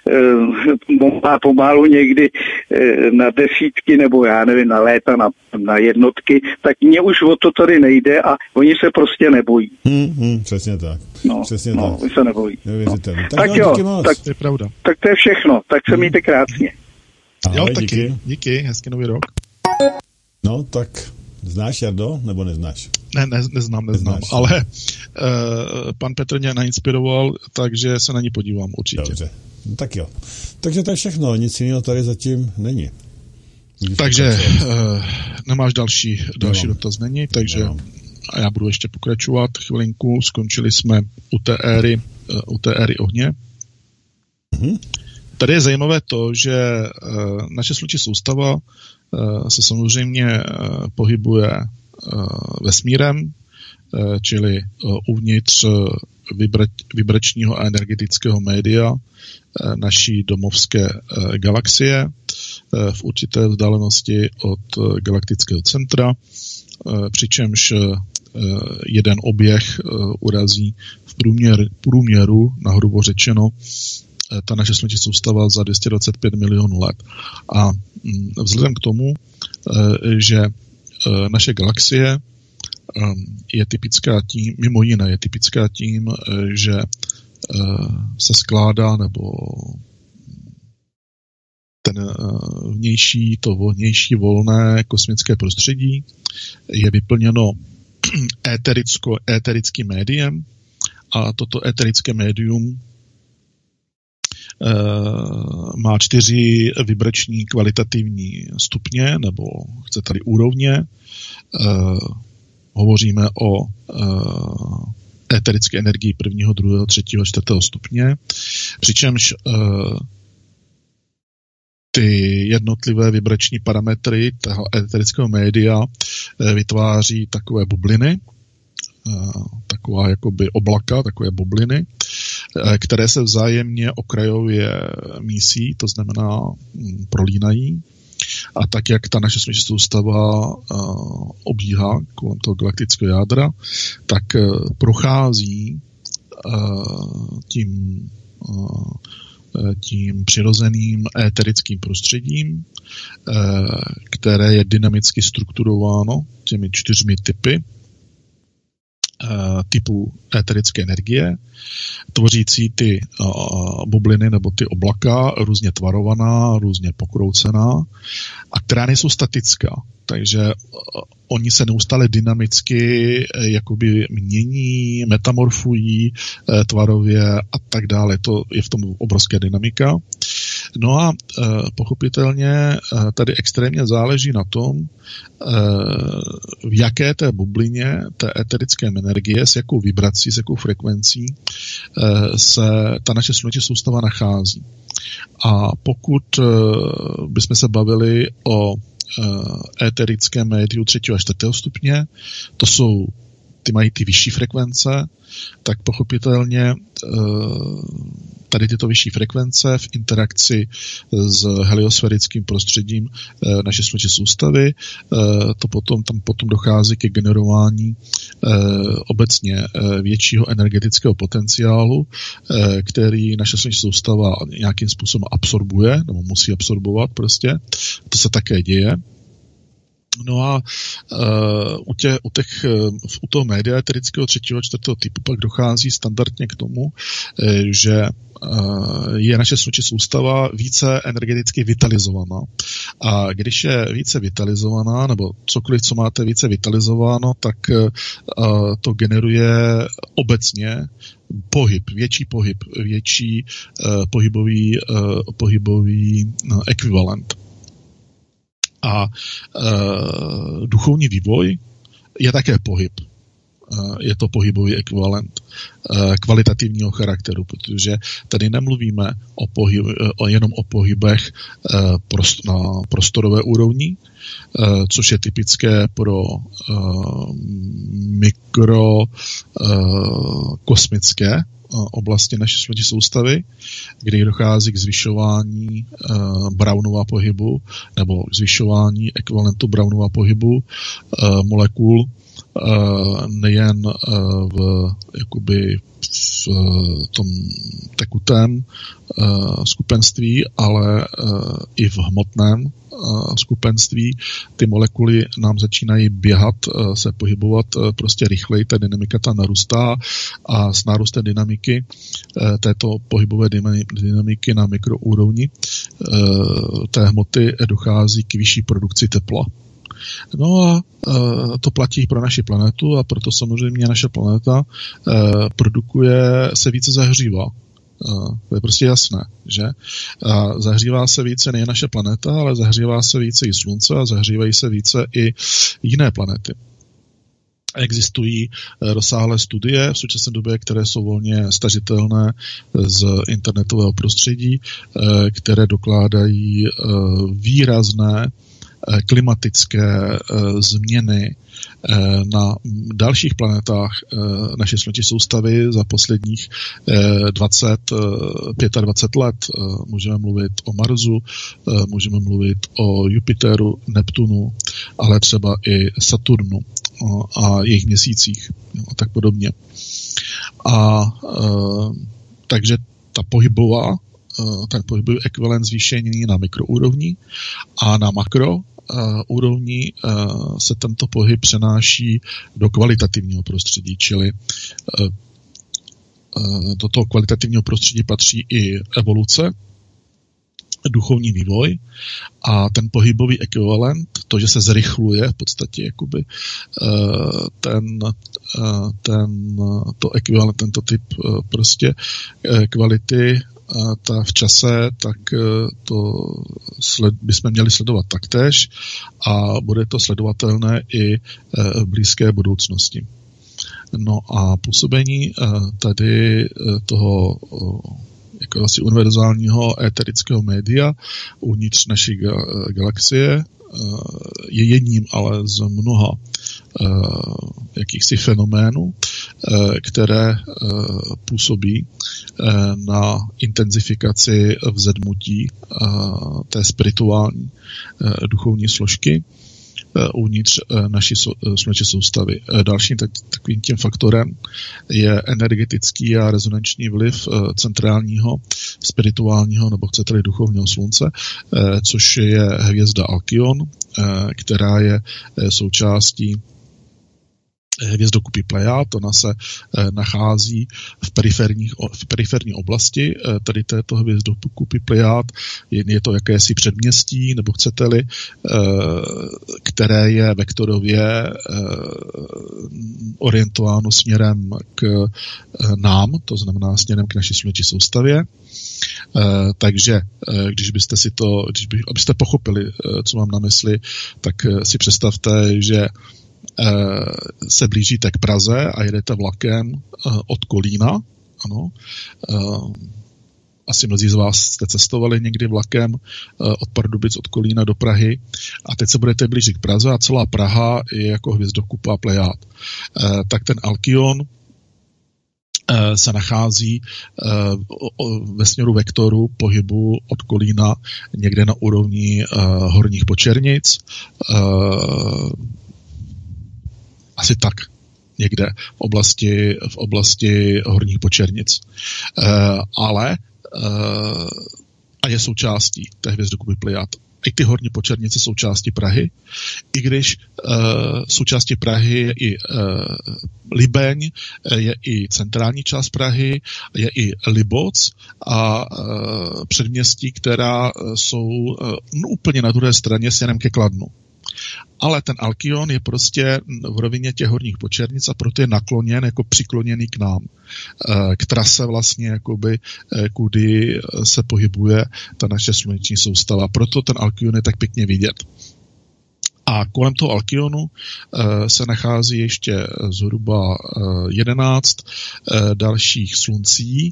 e, pomalu někdy e, na desítky, nebo já nevím, na léta, na, na jednotky, tak mě už o to tady nejde a oni se prostě nebojí. Hmm, hmm, přesně tak. No, přesně no tak. oni se nebojí. No. Tak, tak jo, jo tak, to je pravda. Tak to je všechno, tak se mějte krásně. Ahoj, jo, taky. Díky. Díky, hezký nový rok. No, tak znáš Jardo, nebo neznáš? Ne, ne neznám, neznám, neznáš. Ale uh, pan Petr mě nainspiroval, takže se na ní podívám určitě. Dobře, no, tak jo. Takže to je všechno, nic jiného tady zatím není. Můžeš takže uh, nemáš další, další dotaz, není, takže Nemám. A já budu ještě pokračovat chvilinku. Skončili jsme u té éry, uh, u té éry ohně. Mhm. Tady je zajímavé to, že uh, naše sluneční soustava uh, se samozřejmě uh, pohybuje uh, vesmírem, uh, čili uh, uvnitř uh, vibra- vibračního a energetického média uh, naší domovské uh, galaxie uh, v určité vzdálenosti od uh, galaktického centra, uh, přičemž uh, jeden oběh uh, urazí v průměr, průměru, nahrubo řečeno, ta naše sluneční soustava za dvě stě dvacet pět milionů let. A vzhledem k tomu, že naše galaxie je typická tím, mimo jiné je typická tím, že se skládá, nebo ten vnější, to vnější volné kosmické prostředí je vyplněno étericko, éterickým médiem a toto éterické médium má čtyři vibrační kvalitativní stupně, nebo chcete-li úrovně. Hovoříme o éterické energii prvního, druhého, třetího, čtvrtého stupně, přičemž ty jednotlivé vibrační parametry toho éterického média vytváří takové bubliny, taková jakoby oblaka, takové bubliny, které se vzájemně okrajově mísí, to znamená prolínají. A tak, jak ta naše sluneční soustava uh, obíhá kolem toho galaktického jádra, tak uh, prochází uh, tím, uh, tím přirozeným éterickým prostředím, uh, které je dynamicky strukturováno těmi čtyřmi typy typu éterické energie, tvořící ty uh, bubliny nebo ty oblaka, různě tvarovaná, různě pokroucená, a která nejsou statická. Takže uh, oni se neustále dynamicky uh, jakoby mění, metamorfují uh, tvarově a tak dále. To je v tom obrovská dynamika. No a e, pochopitelně e, tady extrémně záleží na tom, e, v jaké té bublině té éterické energie, s jakou vibrací, s jakou frekvencí e, se ta naše sluneční soustava nachází. A pokud e, bychom se bavili o e, éterickém médiu třetího a čtvrtého stupně, to jsou, ty mají ty vyšší frekvence, tak pochopitelně tady tyto vyšší frekvence v interakci s heliosférickým prostředím naší sluneční soustavy, to potom, tam potom dochází ke generování obecně většího energetického potenciálu, který naše sluneční soustava nějakým způsobem absorbuje, nebo musí absorbovat prostě. To se také děje. No a uh, u, tě, u, těch, u toho média eterického třetího a čtvrtého typu pak dochází standardně k tomu, že uh, je naše sluneční soustava více energeticky vitalizovaná. A když je více vitalizovaná, nebo cokoliv, co máte více vitalizováno, tak uh, to generuje obecně pohyb, větší pohyb, větší uh, pohybový, uh, pohybový uh, ekvivalent. A e, duchovní vývoj je také pohyb. E, je to pohybový ekvivalent e, kvalitativního charakteru, protože tady nemluvíme o pohyb, o, jenom o pohybech e, prost, na prostorové úrovni, e, což je typické pro e, mikrokosmické e, oblasti naší sluneční soustavy, kdy dochází k zvyšování uh, Brownova pohybu nebo k zvyšování ekvivalentu Brownova pohybu uh, molekul uh, nejen uh, v, jakoby v uh, tom tekutém uh, skupenství, ale uh, i v hmotném uh, skupenství. Ty molekuly nám začínají běhat, uh, se pohybovat uh, prostě rychleji, ta dynamika tam narůstá a s nárůstem dynamiky uh, této pohybové dynamiky na mikroúrovni uh, té hmoty dochází k vyšší produkci tepla. No a e, to platí pro naši planetu a proto samozřejmě naše planeta e, produkuje, se více zahřívá. E, to je prostě jasné, že? A zahřívá se více nejen naše planeta, ale zahřívá se více i Slunce a zahřívají se více i jiné planety. Existují rozsáhlé studie v současné době, které jsou volně stažitelné z internetového prostředí, které dokládají výrazné klimatické změny na dalších planetách naší sluneční soustavy za posledních dvacet, dvacet pět let. Můžeme mluvit o Marsu, můžeme mluvit o Jupiteru, Neptunu, ale třeba i Saturnu a jejich měsících a tak podobně. A takže ta pohybová ten pohybový ekvivalent zvýšení na mikroúrovni a na makro uh, úrovni uh, se tento pohyb přenáší do kvalitativního prostředí, čili uh, uh, do toho kvalitativního prostředí patří i evoluce, duchovní vývoj a ten pohybový ekvivalent, to, že se zrychluje v podstatě jakoby uh, ten, uh, ten to ekvivalent, tento typ uh, prostě uh, kvality ta v čase, tak to sled, bychom měli sledovat taktéž a bude to sledovatelné i v blízké budoucnosti. No a působení tady toho jako asi univerzálního éterického média uvnitř naší galaxie je jedním ale z mnoha jakýchsi fenoménů, které působí na intenzifikaci vzedmutí té spirituální duchovní složky uvnitř naší sluneční soustavy. Dalším takovým tím faktorem je energetický a rezonanční vliv centrálního spirituálního nebo chcete-li duchovního slunce, což je hvězda Alkion, která je součástí hvězdokupy Plejad. Ona se eh, nachází v, periferních, v periferní oblasti eh, tady této hvězdokupy Plejad. Je, je to jakési předměstí, nebo chcete-li, eh, které je vektorově eh, orientováno směrem k eh, nám, to znamená směrem k naší sluneční soustavě. Uh, takže uh, když byste si to, když by, abyste pochopili, uh, co mám na mysli, tak uh, si představte, že uh, se blížíte k Praze a jedete vlakem uh, od Kolína, ano, uh, asi mnozí z vás jste cestovali někdy vlakem uh, od Pardubic, od Kolína do Prahy a teď se budete blížit k Praze a celá Praha je jako hvězdokupa Plejad. Uh, tak ten Alkion se nachází ve směru vektoru pohybu od Kolína někde na úrovni horních Počernic. Asi tak někde v oblasti, v oblasti horních Počernic. Ale a je součástí té hvězdokupy Plejad. i ty horní počernice jsou části Prahy, i když uh, součástí Prahy je i uh, Libeň, je i centrální část Prahy, je i Liboc a uh, předměstí, která jsou uh, no, úplně na druhé straně směrem ke Kladnu. Ale ten Alkion je prostě v rovině těch horních počernic a proto je nakloněn, jako přikloněný k nám. K trase vlastně, jakoby, kudy se pohybuje ta naše sluneční soustava. Proto ten Alkion je tak pěkně vidět. A kolem toho Alkionu se nachází ještě zhruba jedenáct dalších sluncí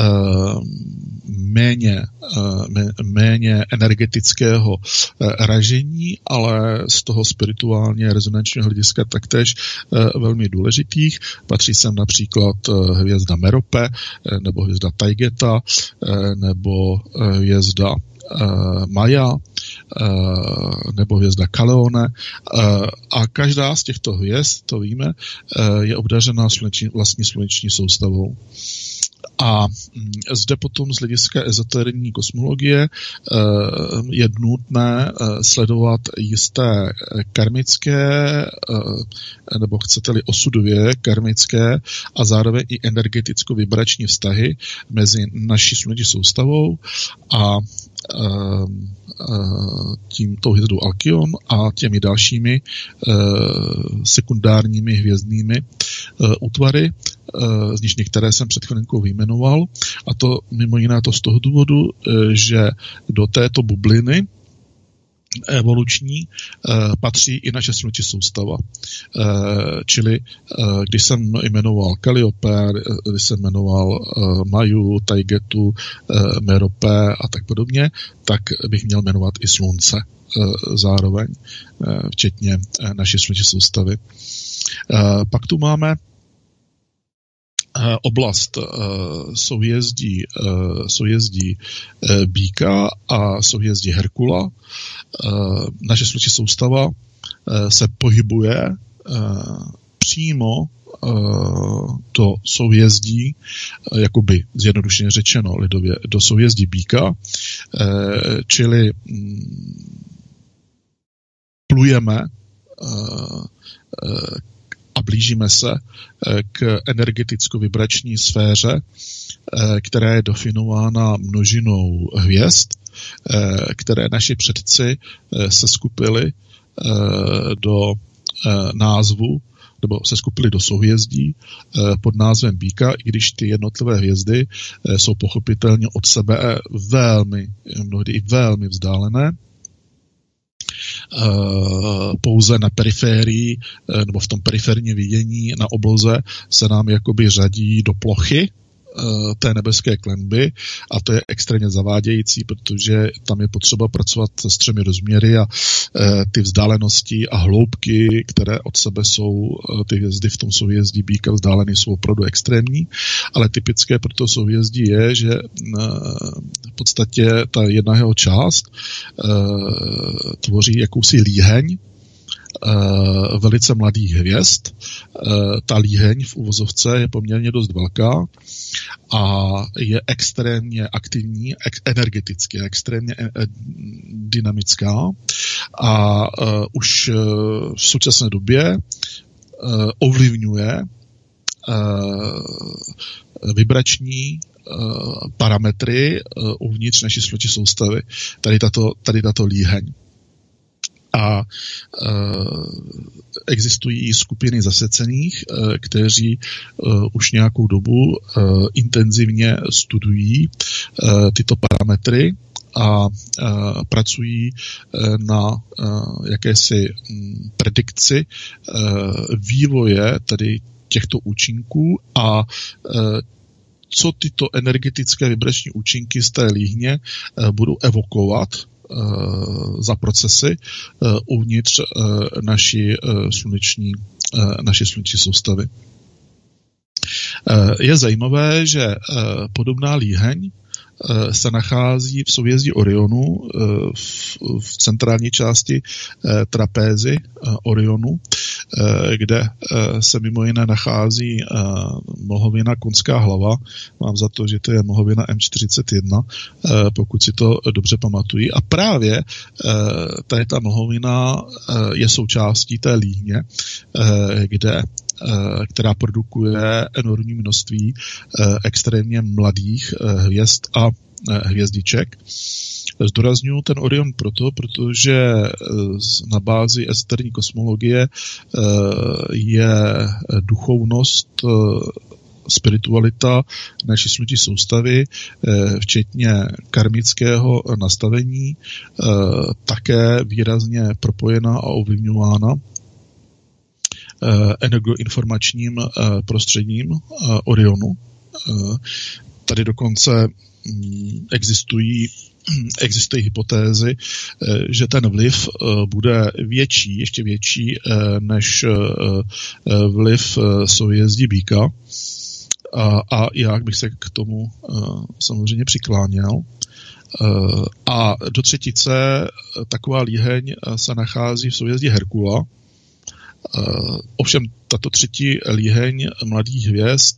méně, méně energetického ražení, ale z toho spirituálně rezonančního hlediska taktéž velmi důležitých. Patří sem například hvězda Merope, nebo hvězda Taygeta, nebo hvězda Maja, nebo hvězda Kaleone, a každá z těchto hvězd, to víme, je obdařená sluneční, vlastní sluneční soustavou. A zde potom z hlediska ezoterní kosmologie je nutné sledovat jisté karmické, nebo chcete-li osudově karmické a zároveň i energeticko-vibrační vztahy mezi naší sluneční soustavou a tím tou hvězdou Alkion a těmi dalšími sekundárními hvězdnými útvary, z nich některé jsem před chvilinkou vyjmenoval, a to mimo jiné to z toho důvodu, že do této bubliny evoluční patří i naše sluneční soustava. Čili když jsem jmenoval Kalliope, když jsem jmenoval Maju, Taygetu, Merope a tak podobně, tak bych měl jmenovat i slunce zároveň, včetně naší sluneční soustavy. Pak tu máme oblast souhvězdí, souhvězdí Býka a souhvězdí Herkula. Naše sluneční soustava se pohybuje přímo do souhvězdí, jakoby zjednodušeně řečeno lidově, do souhvězdí Býka, čili plujeme a blížíme se k energeticko-vibrační sféře, která je definována množinou hvězd, které naši předci se skupili do názvu, nebo se skupili do souhvězdí pod názvem Býka, i když ty jednotlivé hvězdy jsou pochopitelně od sebe velmi, mnohdy i velmi vzdálené. Pouze na periférii, nebo v tom periferním vidění na obloze se nám jakoby řadí do plochy té nebeské klenby, a to je extrémně zavádějící, protože tam je potřeba pracovat s třemi rozměry a ty vzdálenosti a hloubky, které od sebe jsou, ty hvězdy v tom souhvězdí Býka vzdálené, jsou opravdu extrémní, ale typické pro to souhvězdí je, že v podstatě ta jedna jeho část tvoří jakousi líheň Uh, velice mladých hvězd. Uh, ta líheň v uvozovce je poměrně dost velká a je extrémně aktivní, ex- energeticky, extrémně e- e- dynamická a uh, už uh, v současné době uh, ovlivňuje uh, vibrační uh, parametry uh, uvnitř naší sluneční soustavy. Tady tato, tady tato líheň. A e, existují skupiny zasvěcených, e, kteří e, už nějakou dobu e, intenzivně studují e, tyto parametry a e, pracují e, na e, jakési m, predikci e, vývoje tedy těchto účinků a e, co tyto energetické vibrační účinky z té líhně e, budou evokovat za procesy uvnitř naší sluneční, naší sluneční soustavy. Je zajímavé, že podobná líheň se nachází v souhvězdí Orionu v, v centrální části trapézy Orionu, kde se mimo jiné nachází mlhovina Konská hlava. Mám za to, že to je mlhovina M čtyřicet jedna, pokud si to dobře pamatují. A právě tady ta mlhovina je součástí té líhně, kde která produkuje enormní množství extrémně mladých hvězd a hvězdiček. Zdůrazňuji ten Orion proto, protože na bázi ezoterní kosmologie je duchovnost, spiritualita naší slunční soustavy, včetně karmického nastavení, také výrazně propojená a ovlivňována energoinformačním prostředím Orionu. Tady dokonce existují, existují hypotézy, že ten vliv bude větší, ještě větší než vliv souhvězdí Býka. A, a já bych se k tomu samozřejmě přikláněl. A do třetice taková líheň se nachází v souhvězdí Herkula. Ovšem tato třetí líheň mladých hvězd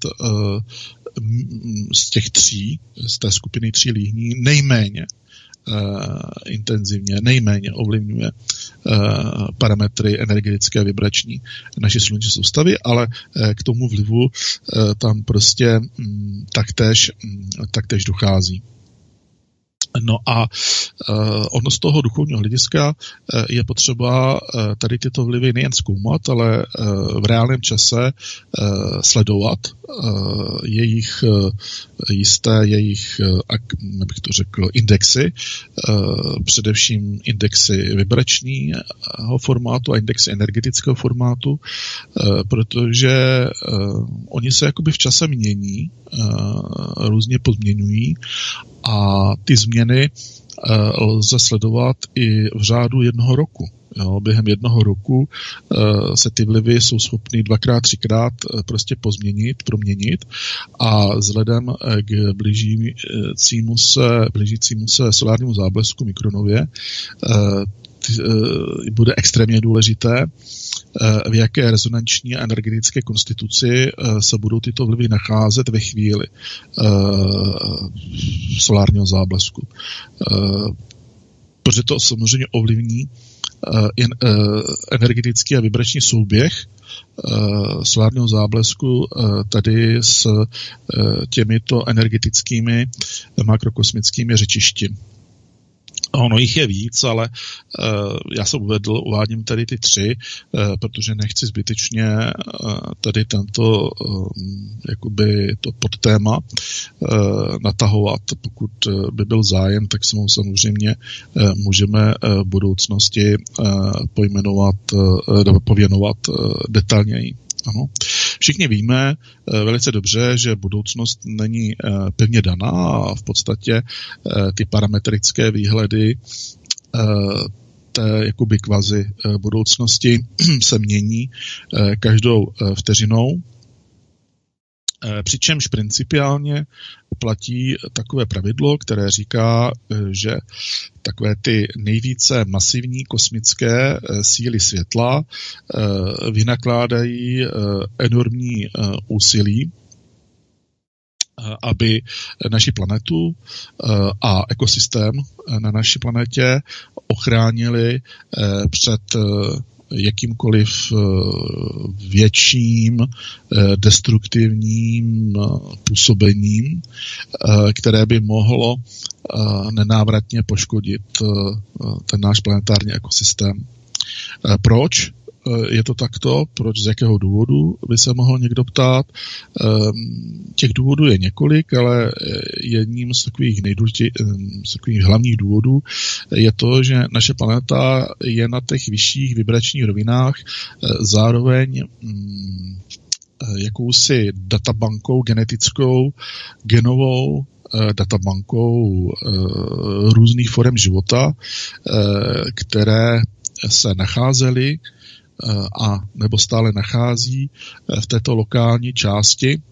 z těch tří, z té skupiny tří líhní, nejméně intenzivně, nejméně ovlivňuje parametry energetické vibrační naší sluneční soustavy, ale k tomu vlivu tam prostě taktéž, taktéž dochází. No a uh, ono z toho duchovního hlediska uh, je potřeba uh, tady tyto vlivy nejen zkoumat, ale uh, v reálném čase uh, sledovat uh, jejich uh, jisté, jejich, uh, ak, bych to řekl, indexy, uh, především indexy vibračního formátu a indexy energetického formátu, uh, protože uh, oni se jakoby v čase mění, uh, různě pozměňují a ty změny uh, lze sledovat i v řádu jednoho roku. Jo, během jednoho roku uh, se ty vlivy jsou schopny dvakrát, třikrát uh, prostě pozměnit, proměnit a vzhledem uh, k blížícímu se, blížícímu se solárnímu záblesku mikronově uh, t, uh, bude extrémně důležité, v jaké rezonanční a energetické konstituci se budou tyto vlivy nacházet ve chvíli solárního záblesku. Protože to samozřejmě ovlivní energetický a vibrační souběh solárního záblesku tady s těmito energetickými makrokosmickými řečišti. Ono jich je víc, ale uh, já jsem uvedl, uvádím tady ty tři, uh, protože nechci zbytečně uh, tady tento uh, jakoby to podtéma uh, natahovat. Pokud uh, by byl zájem, tak se mu samozřejmě uh, můžeme uh, v budoucnosti uh, pojmenovat, uh, pověnovat uh, detailněji. Ano. Všichni víme e, velice dobře, že budoucnost není e, pevně daná a v podstatě e, ty parametrické výhledy e, té jakoby kvazi e, budoucnosti se mění e, každou e, vteřinou. Přičemž principiálně platí takové pravidlo, které říká, že takové ty nejvíce masivní kosmické síly světla vynakládají enormní úsilí, aby naši planetu a ekosystém na naší planetě ochránili před jakýmkoliv větším destruktivním působením, které by mohlo nenávratně poškodit ten náš planetární ekosystém. Proč je to takto? Proč, z jakého důvodu, by se mohl někdo ptát? Těch důvodů je několik, ale jedním z takových nejdůležitějších, z takových hlavních důvodů je to, že naše planeta je na těch vyšších vibračních rovinách zároveň jakousi databankou genetickou, genovou databankou různých forem života, které se nacházely a nebo stále nachází v této lokální části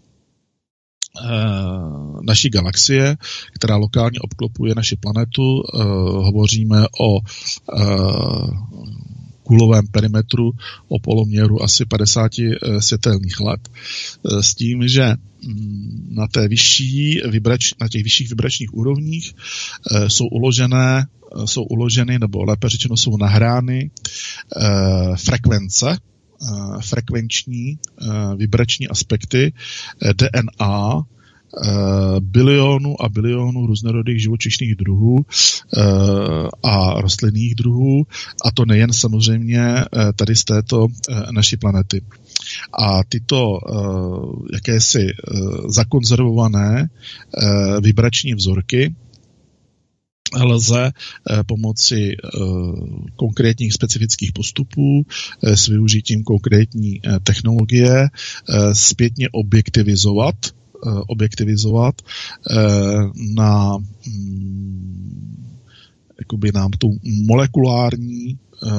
naší galaxie, která lokálně obklopuje naši planetu. Hovoříme o kulovém perimetru o poloměru asi padesát světelných let. S tím, že na, té vyšší vibrač, na těch vyšších vibračních úrovních jsou uložené, jsou uloženy, nebo lépe řečeno jsou nahrány frekvence, frekvenční vibrační aspekty D N A bilionů a bilionů různorodých živočišných druhů a rostlinných druhů, a to nejen samozřejmě tady z této naší planety. A tyto jakési zakonzervované vibrační vzorky lze pomocí konkrétních specifických postupů s využitím konkrétní technologie zpětně objektivizovat objektivizovat na jakoby nám tu molekulární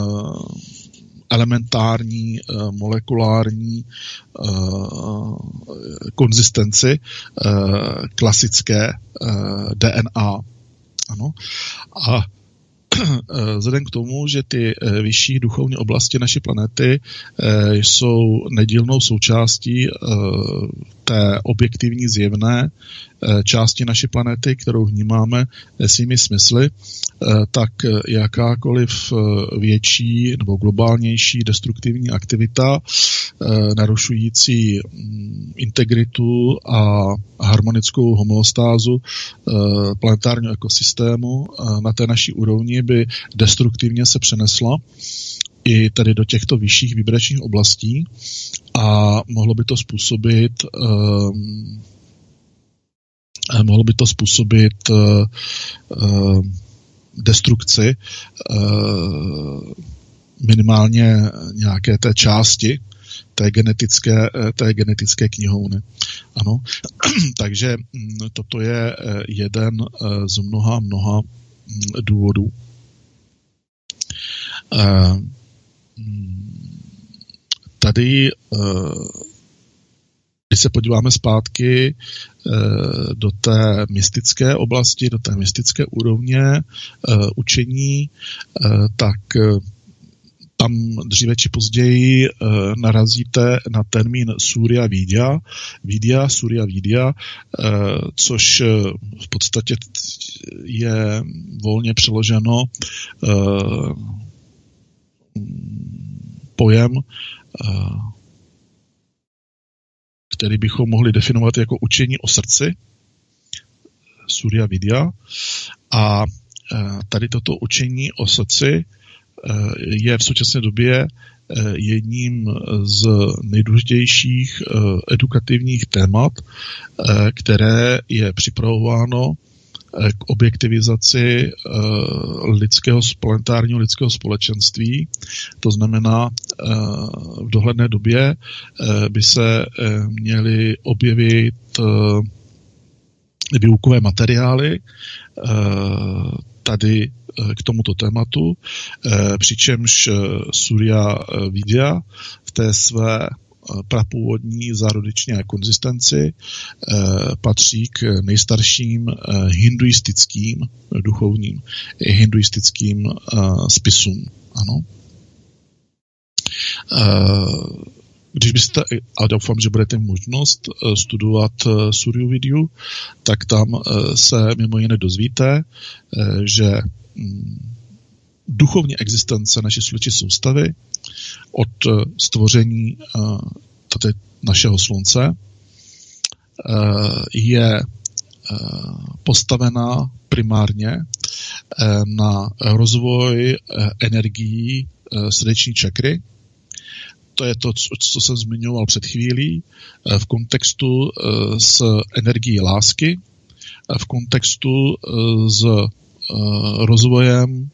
elementární molekulární konzistenci klasické D N A. Ano. A vzhledem k tomu, že ty vyšší duchovní oblasti naší planety jsou nedílnou součástí té objektivní zjevné části naší planety, kterou vnímáme svými smysly, tak jakákoliv větší nebo globálnější destruktivní aktivita narušující integritu a harmonickou homeostázu planetárního ekosystému na té naší úrovni by destruktivně se přenesla i tady do těchto vyšších vibračních oblastí a mohlo by to způsobit um, mohlo by to způsobit uh, uh, destrukci uh, minimálně nějaké té části té genetické, té genetické knihovny. Ano. Takže toto je jeden z mnoha, mnoha důvodů. Tady, když se podíváme zpátky do té mystické oblasti, do té mystické úrovně učení, tak tam dříve či později narazíte na termín Surya Vidya, Vidya, Surya Vidya, což v podstatě je volně přeloženo pojem, který bychom mohli definovat jako učení o srdci, Surya Vidya. A tady toto učení o srdci je v současné době jedním z nejdůležitějších edukativních témat, které je připravováno k objektivizaci lidského, planetárního lidského společenství. To znamená, v dohledné době by se měly objevit výukové materiály tady k tomuto tématu, přičemž Surya Vidya v té své prapůvodní zárodečné konzistenci patří k nejstarším hinduistickým duchovním hinduistickým spisům. Ano. Když byste, a doufám, že budete mít možnost studovat Suryu Vidyu, tak tam se mimo jiné dozvíte, že duchovní existence naší sluneční soustavy od stvoření tady našeho slunce je postavená primárně na rozvoj energií srdeční čakry. To je to, co jsem zmiňoval před chvílí, v kontextu s energií lásky, v kontextu s rozvojem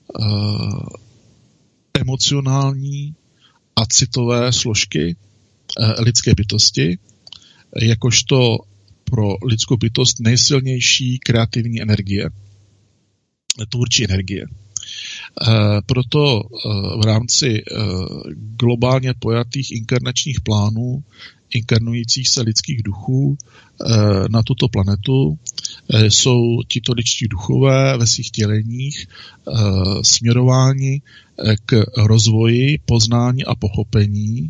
emocionální a citové složky lidské bytosti, jakožto pro lidskou bytost nejsilnější kreativní energie, tvůrčí energie. Proto v rámci globálně pojatých inkarnačních plánů inkarnujících se lidských duchů na tuto planetu jsou tito lidští duchové ve svých těleních směrováni k rozvoji, poznání a pochopení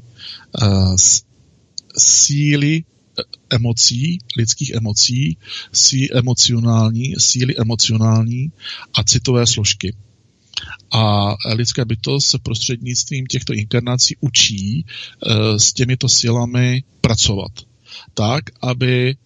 síly emocí, lidských emocí, síly emocionální, síly emocionální a citové složky. A lidská bytost se prostřednictvím těchto inkarnací učí e, s těmito silami pracovat. Tak, aby e,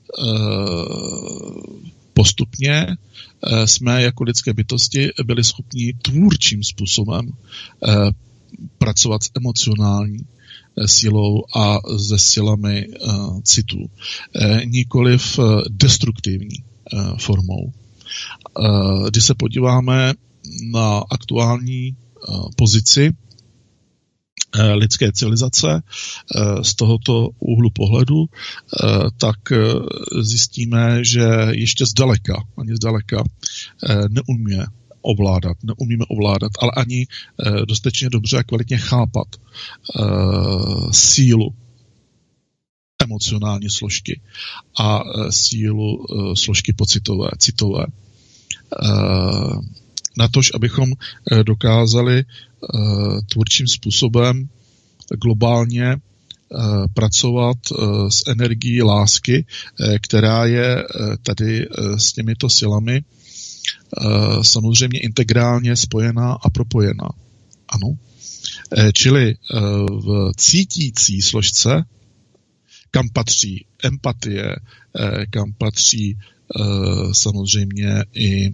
postupně e, jsme jako lidské bytosti byli schopni tvůrčím způsobem e, pracovat s emocionální e, silou a se silami e, citu. E, nikoliv destruktivní e, formou. E, když se podíváme na aktuální uh, pozici uh, lidské civilizace uh, z tohoto úhlu pohledu, uh, tak uh, zjistíme, že ještě zdaleka, ani zdaleka uh, neumíme ovládat, neumíme ovládat, ale ani uh, dostatečně dobře a kvalitně chápat uh, sílu emocionální složky a uh, sílu uh, složky pocitové, citové. Uh, natož, abychom dokázali tvůrčím způsobem globálně pracovat s energií lásky, která je tady s těmito silami samozřejmě integrálně spojená a propojená. Ano. Čili v cítící složce, kam patří empatie, kam patří samozřejmě i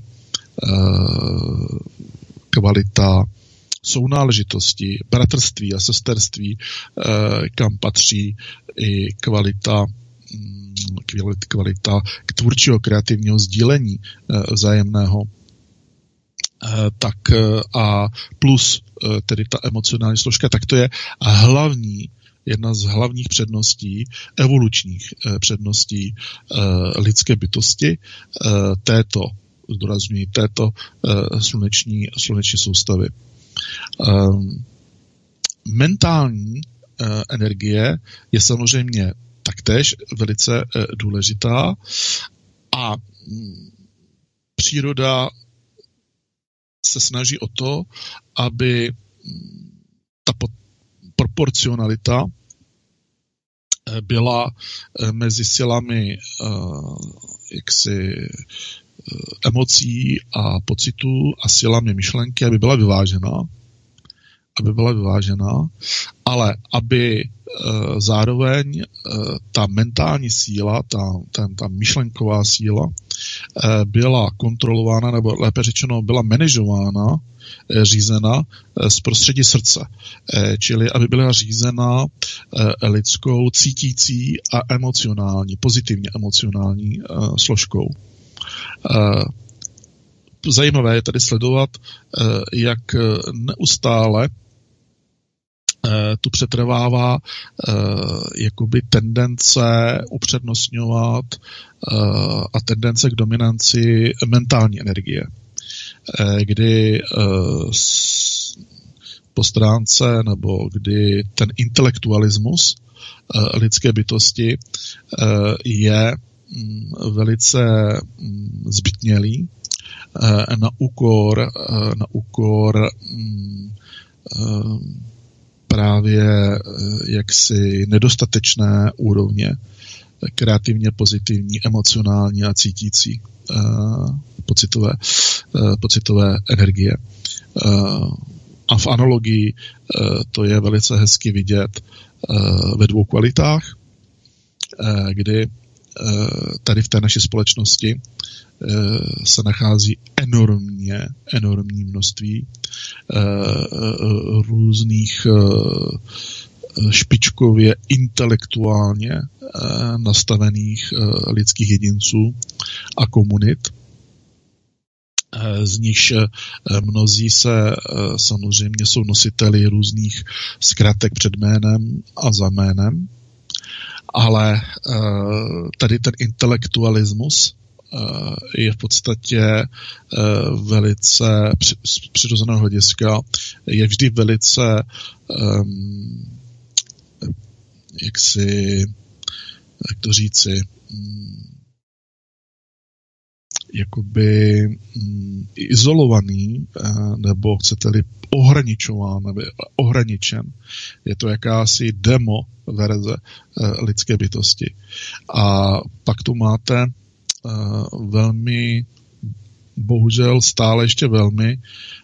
kvalita sounáležitosti, bratrství a sesterství, kam patří i kvalita, kvalita k tvůrčího kreativního sdílení vzájemného, tak a plus tedy ta emocionální složka, tak to je hlavní, jedna z hlavních předností, evolučních předností lidské bytosti této zdůrazňuji, této uh, sluneční, sluneční soustavy. Um, mentální uh, energie je samozřejmě taktéž velice uh, důležitá a um, příroda se snaží o to, aby um, ta po- proporcionalita uh, byla uh, mezi silami uh, jaksi emocí a pocitů a silami myšlenky, aby byla vyvážená, aby byla vyvážená, ale aby e, zároveň e, ta mentální síla, ta, ta, ta myšlenková síla e, byla kontrolována, nebo lépe řečeno byla manažována, e, řízena e, z prostředí srdce. E, čili aby byla řízena e, lidskou cítící a emocionální, pozitivně emocionální e, složkou. Zajímavé je tady sledovat, jak neustále tu přetrvává jakoby tendence upřednostňovat a tendence k dominanci mentální energie, kdy po stránce nebo kdy ten intelektualismus lidské bytosti je velice zbytnělý na úkor, na úkor právě jaksi nedostatečné úrovně kreativně pozitivní, emocionální a cítící pocitové, pocitové energie. A v analogii to je velice hezky vidět ve dvou kvalitách, kdy tady v té naší společnosti se nachází enormně, enormní množství různých špičkově intelektuálně nastavených lidských jedinců a komunit, z nichž mnozí se samozřejmě jsou nositeli různých zkratek před jménem a za jménem, ale tady ten intelektualismus je v podstatě velice z přirozeného hlediska je vždy velice jak si jak to říci jakoby mm, izolovaný, nebo chcete-li ohraničován, nebo ohraničen. Je to jakási demo verze lidské bytosti. A pak tu máte velmi, bohužel stále ještě velmi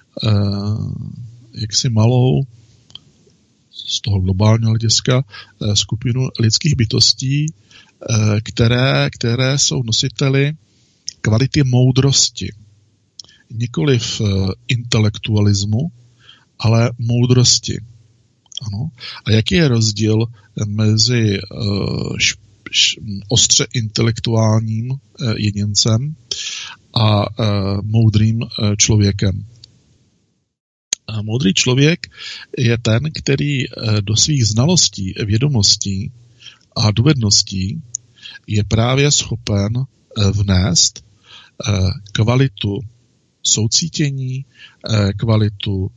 jaksi malou z toho globálního hlediska skupinu lidských bytostí, které, které jsou nositeli kvality moudrosti. Nikoliv intelektualismu, ale moudrosti. Ano. A jaký je rozdíl mezi š, š, ostře intelektuálním jedincem a moudrým člověkem? Moudrý člověk je ten, který do svých znalostí, vědomostí a dovedností je právě schopen vnést kvalitu soucítění, kvalitu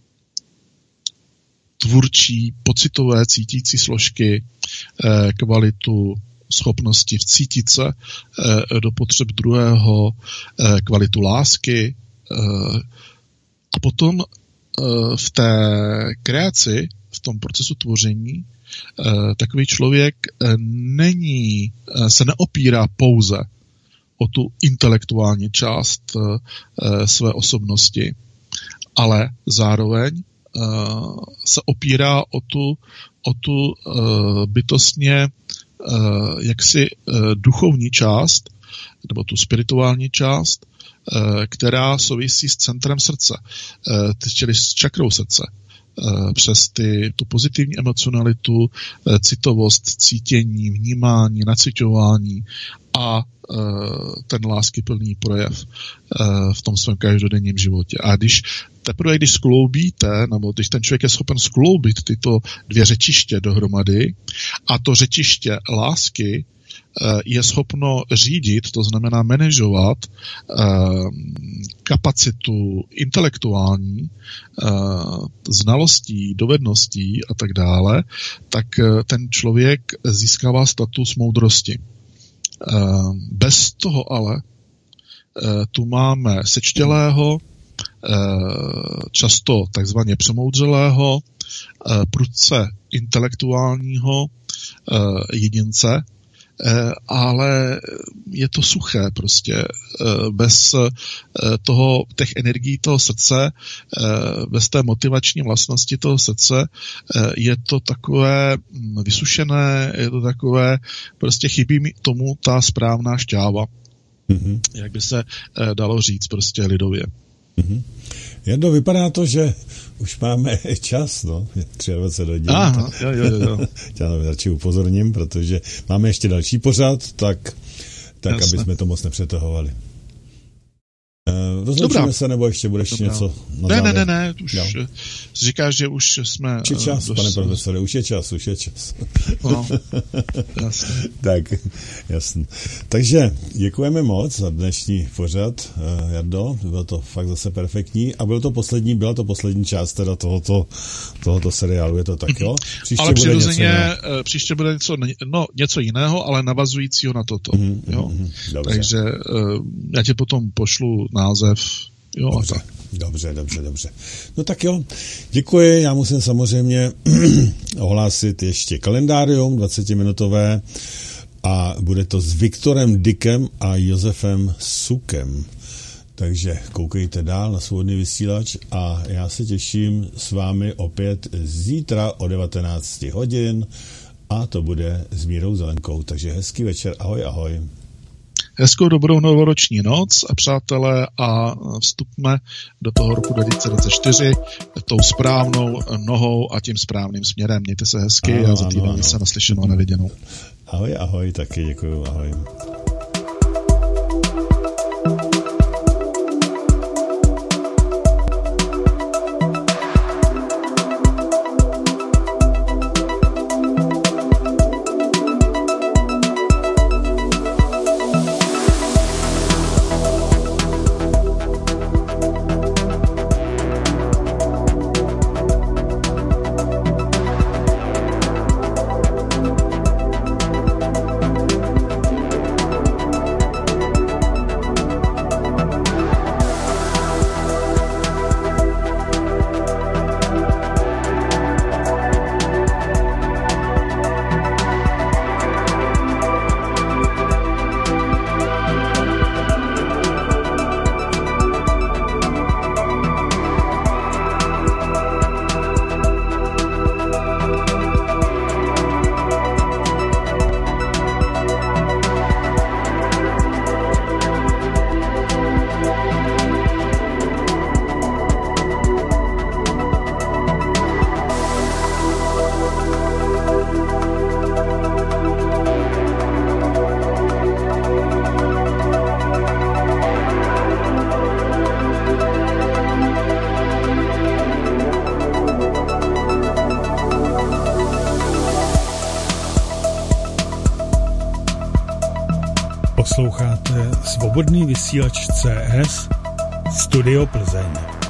tvůrčí, pocitové, cítící složky, kvalitu schopnosti vcítit se do potřeb druhého, kvalitu lásky a potom v té kreaci, v tom procesu tvoření, takový člověk není, se neopírá pouze o tu intelektuální část své osobnosti, ale zároveň se opírá o tu, o tu bytostně jaksi duchovní část, nebo tu spirituální část, která souvisí s centrem srdce, čili s čakrou srdce. Přes ty, tu pozitivní emocionalitu, citovost, cítění, vnímání, naciťování a ten láskyplný projev v tom svém každodenním životě. A když teprve, když skloubíte, nebo když ten člověk je schopen skloubit tyto dvě řečiště dohromady a to řečiště lásky je schopno řídit, to znamená manažovat kapacitu intelektuální, znalostí, dovedností a tak dále, tak ten člověk získává status moudrosti. Bez toho ale tu máme sečtělého, často takzvaně přemoudřelého, prudce intelektuálního jedince, ale je to suché prostě. Bez toho, těch energií toho srdce, bez té motivační vlastnosti toho srdce je to takové vysušené, je to takové, prostě chybí mi tomu ta správná šťáva. Mm-hmm. Jak by se dalo říct prostě lidově. Mm-hmm. Jedno, vypadá to, že už máme čas, no, dvacet tři hodin. Aha, jo, jo, jo. Já to radši upozorním, protože máme ještě další pořad, tak, tak aby jsme to moc nepřetahovali. Uh, rozloučíme se, nebo ještě budeš Dobrá. něco na Ne, ne, ne, ne, už jo. Říkáš, že už jsme... Už je čas, uh, pane profesore, už je čas, už je čas. No, jasně. Tak, jasně. Takže děkujeme moc za dnešní pořad, uh, Jardo, bylo to fakt zase perfektní a byl to poslední, byla to poslední část teda tohoto, tohoto seriálu, je to tak, jo? Příště ale bude přirozeně, něco příště bude něco, no, něco jiného, ale navazujícího na toto, mm, jo? Mm, Takže uh, já tě potom pošlu název. Jo, dobře, dobře, dobře, dobře. No tak jo, děkuji. Já musím samozřejmě ohlásit ještě kalendárium dvacetiminutové a bude to s Viktorem Dickem a Josefem Sukem. Takže koukejte dál na Svobodný vysílač a já se těším s vámi opět zítra o devatenáct hodin a to bude s Mírou Zelenkou. Takže hezký večer, ahoj, ahoj. Hezkou dobrou novoroční noc a přátelé a vstupme do toho roku dva tisíce dvacet čtyři tou správnou nohou a tím správným směrem. Mějte se hezky ano, a za týden se naslyšenou a neviděnou. Ahoj, ahoj, taky děkuju, ahoj. Posloucháte Svobodný vysílač C S Studio Plzeň.